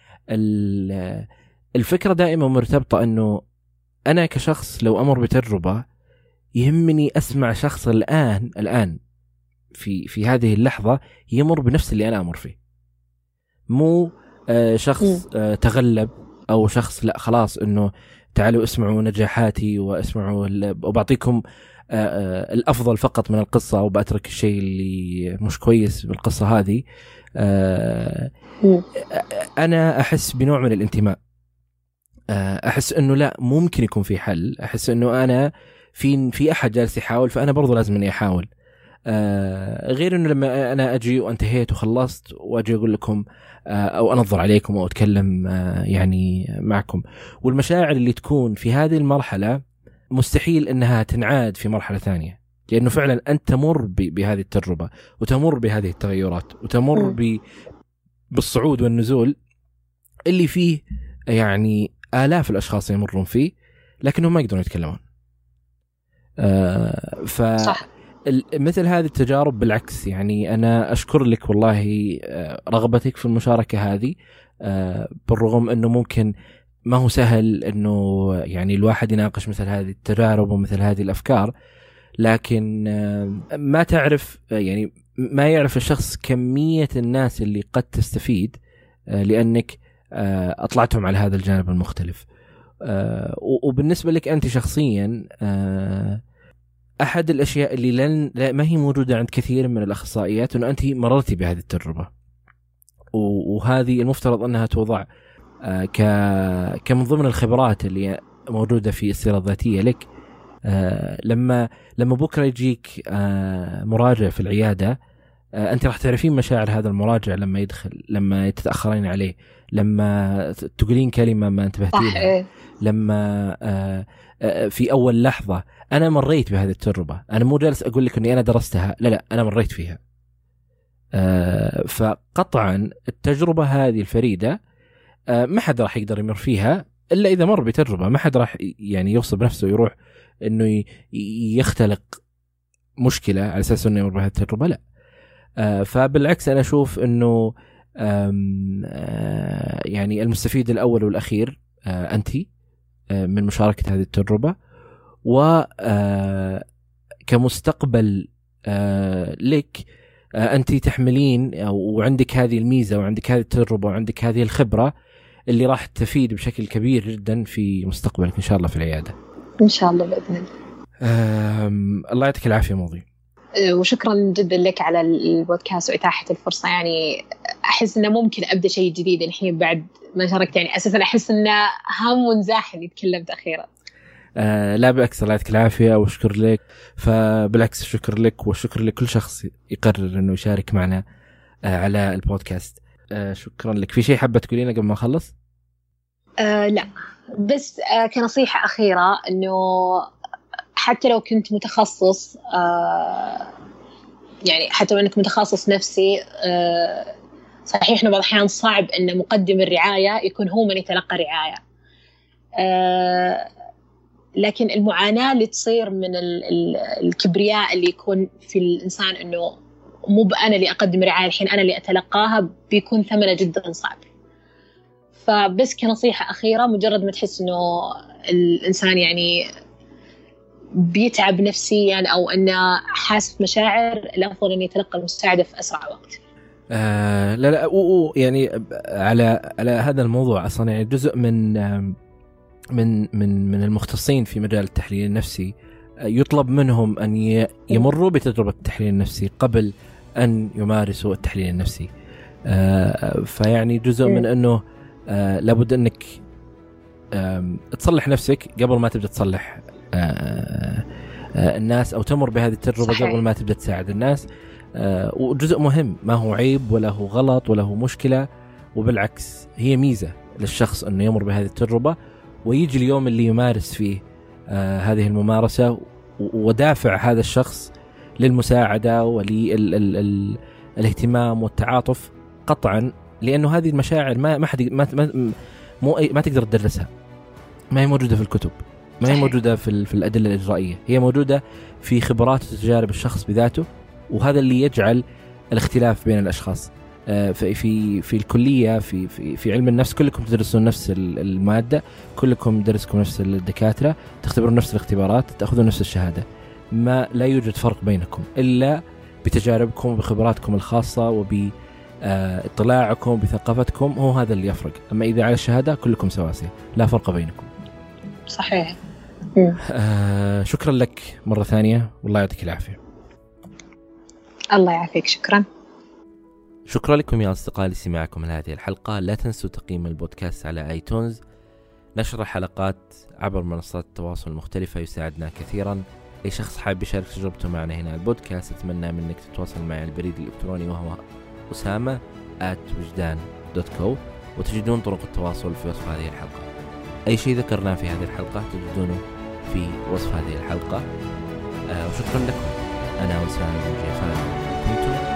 الفكرة دائما مرتبطة أنه أنا كشخص لو أمر بتجربة يهمني أسمع شخص الآن الآن في في هذه اللحظة يمر بنفس اللي أنا أمر فيه، مو آه شخص آه تغلب أو شخص لا خلاص إنه تعالوا اسمعوا نجاحاتي واسمعوا وبعطيكم آه آه الأفضل فقط من القصة وبأترك الشيء اللي مش كويس بالقصة هذه. آه أنا أحس بنوع من الانتماء، أحس إنه لا ممكن يكون في حل، أحس إنه أنا في في أحد جالس يحاول فأنا برضو لازم إني أحاول. آه غير إنه لما أنا أجي وانتهيت وخلصت وأجي أقول لكم آه أو أنظر عليكم أو أتكلم آه يعني معكم، والمشاعر اللي تكون في هذه المرحلة مستحيل إنها تنعاد في مرحلة ثانية، لأنه فعلا أنت تمر بهذه التجربة وتمر بهذه التغيرات وتمر ب بالصعود والنزول اللي فيه يعني آلاف الأشخاص يمرون فيه لكنهم ما يقدرون يتكلمون. آه ف مثل هذه التجارب بالعكس يعني أنا أشكر لك والله رغبتك في المشاركة هذه، آه بالرغم أنه ممكن ما هو سهل أنه يعني الواحد يناقش مثل هذه التجارب ومثل هذه الأفكار، لكن آه ما تعرف يعني ما يعرف الشخص كمية الناس اللي قد تستفيد آه لأنك أطلعتهم على هذا الجانب المختلف. آه وبالنسبة لك أنت شخصيا آه أحد الأشياء اللي لن لا ما هي موجودة عند كثير من الأخصائيات أنه أنت مررتي بهذه التجربة، وهذه المفترض أنها توضع آه ك كمن ضمن الخبرات اللي موجودة في السيرة الذاتية لك. آه لما لما بكرة يجيك آه مراجع في العيادة، آه أنت راح تعرفين مشاعر هذا المراجع لما يدخل، لما تتأخرين عليه، لما تقولين كلمة ما انتبهتي لها، لما آه آه في أول لحظة. أنا مريت بهذه التجربة، أنا مو جالس أقول لك أني أنا درستها، لا لا أنا مريت فيها. آه فقطعا التجربة هذه الفريدة آه ما حد راح يقدر يمر فيها إلا إذا مر بتجربة. ما حد راح يعني يوصل بنفسه يروح إنه يختلق مشكلة على أساس إنه يمر بهذه التجربة، لا. آه فبالعكس أنا أشوف إنه آه يعني المستفيد الأول والأخير آه أنتي آه من مشاركة هذه التجربة، وكمستقبل آه لك آه أنتي تحملين وعندك هذه الميزة وعندك هذه التجربة وعندك هذه الخبرة اللي راح تفيد بشكل كبير جدا في مستقبلك إن شاء الله في العيادة. إن شاء الله بإذن الله. الله يعطيك العافية موضي، وشكرا جدا لك على البودكاست وإتاحة الفرصة. يعني أحس إنه ممكن أبدأ شيء جديد الحين بعد ما شاركت، يعني أساسا أحس إنه هم ونزاح اللي تكلمت أخيرا. آه لا بالعكس، الله يعطيك العافية وشكر لك. فبالعكس شكر لك وشكر لكل شخص يقرر إنه يشارك معنا آه على البودكاست. آه شكرا لك. في شيء حابة تقولينه قبل ما أخلص؟ آه لا بس آه كنصيحة أخيرة، إنه حتى لو كنت متخصص آه يعني حتى لو أنك متخصص نفسي، آه صحيح إنه بعض الأحيان صعب إن مقدم الرعاية يكون هو من يتلقى رعاية، آه لكن المعاناة اللي تصير من ال ال الكبرياء اللي يكون في الإنسان، إنه مو بأنا اللي أقدم رعاية الحين أنا اللي أتلقاها، بيكون ثمنه جدا صعب. فبس كنصيحة أخيرة، مجرد ما تحس إنه الإنسان يعني بيتعب نفسيا أو أنه حاسس مشاعر، الأفضل أن يتلقى المساعدة في أسرع وقت. آه لا لا أو يعني على على هذا الموضوع أصلا، يعني جزء من من من من المختصين في مجال التحليل النفسي يطلب منهم أن يمروا بتجربة التحليل النفسي قبل أن يمارسوا التحليل النفسي. آه فيعني جزء من أنه آه لابد أنك آه تصلح نفسك قبل ما تبدأ تصلح آه آه الناس، أو تمر بهذه التجربة صحيح. قبل ما تبدأ تساعد الناس. آه وجزء مهم، ما هو عيب ولا هو غلط ولا هو مشكلة، وبالعكس هي ميزة للشخص أنه يمر بهذه التجربة ويجي اليوم اللي يمارس فيه آه هذه الممارسة، ودافع هذا الشخص للمساعدة وللاهتمام والتعاطف قطعا، لأنه هذه المشاعر ما ما حد ما ما مو ما تقدر تدرسها، ما هي موجودة في الكتب، ما هي موجودة في في الأدلة الإجرائية، هي موجودة في خبرات وتجارب الشخص بذاته. وهذا اللي يجعل الاختلاف بين الأشخاص. في في في الكلية في في في علم النفس كلكم تدرسون نفس المادة، كلكم درسكم نفس الدكاترة، تختبرون نفس الاختبارات، تأخذون نفس الشهادة، ما لا يوجد فرق بينكم إلا بتجاربكم وبخبراتكم الخاصة وباطلاعكم وبثقافتكم، هو هذا اللي يفرق. أما إذا على الشهادة كلكم سواسية، لا فرق بينكم. صحيح. آه شكرا لك مرة ثانية، والله يعطيك العافية. الله يعافيك. شكرا. شكرا لكم يا أصدقائي لسماعكم لهذه الحلقة. لا تنسوا تقييم البودكاست على آيتونز. نشر حلقات عبر منصات التواصل المختلفة يساعدنا كثيرا. أي شخص حاب يشارك تجربته معنا هنا البودكاست، أتمنى منك تتواصل معي على البريد الإلكتروني وهو أسامة آت وجدان دوت كو، وتجدون طرق التواصل في وصف هذه الحلقة. أي شيء ذكرناه في هذه الحلقة تجدونه في وصف هذه الحلقة. آه وشكرا لكم. أنا وسام جيفان كنتم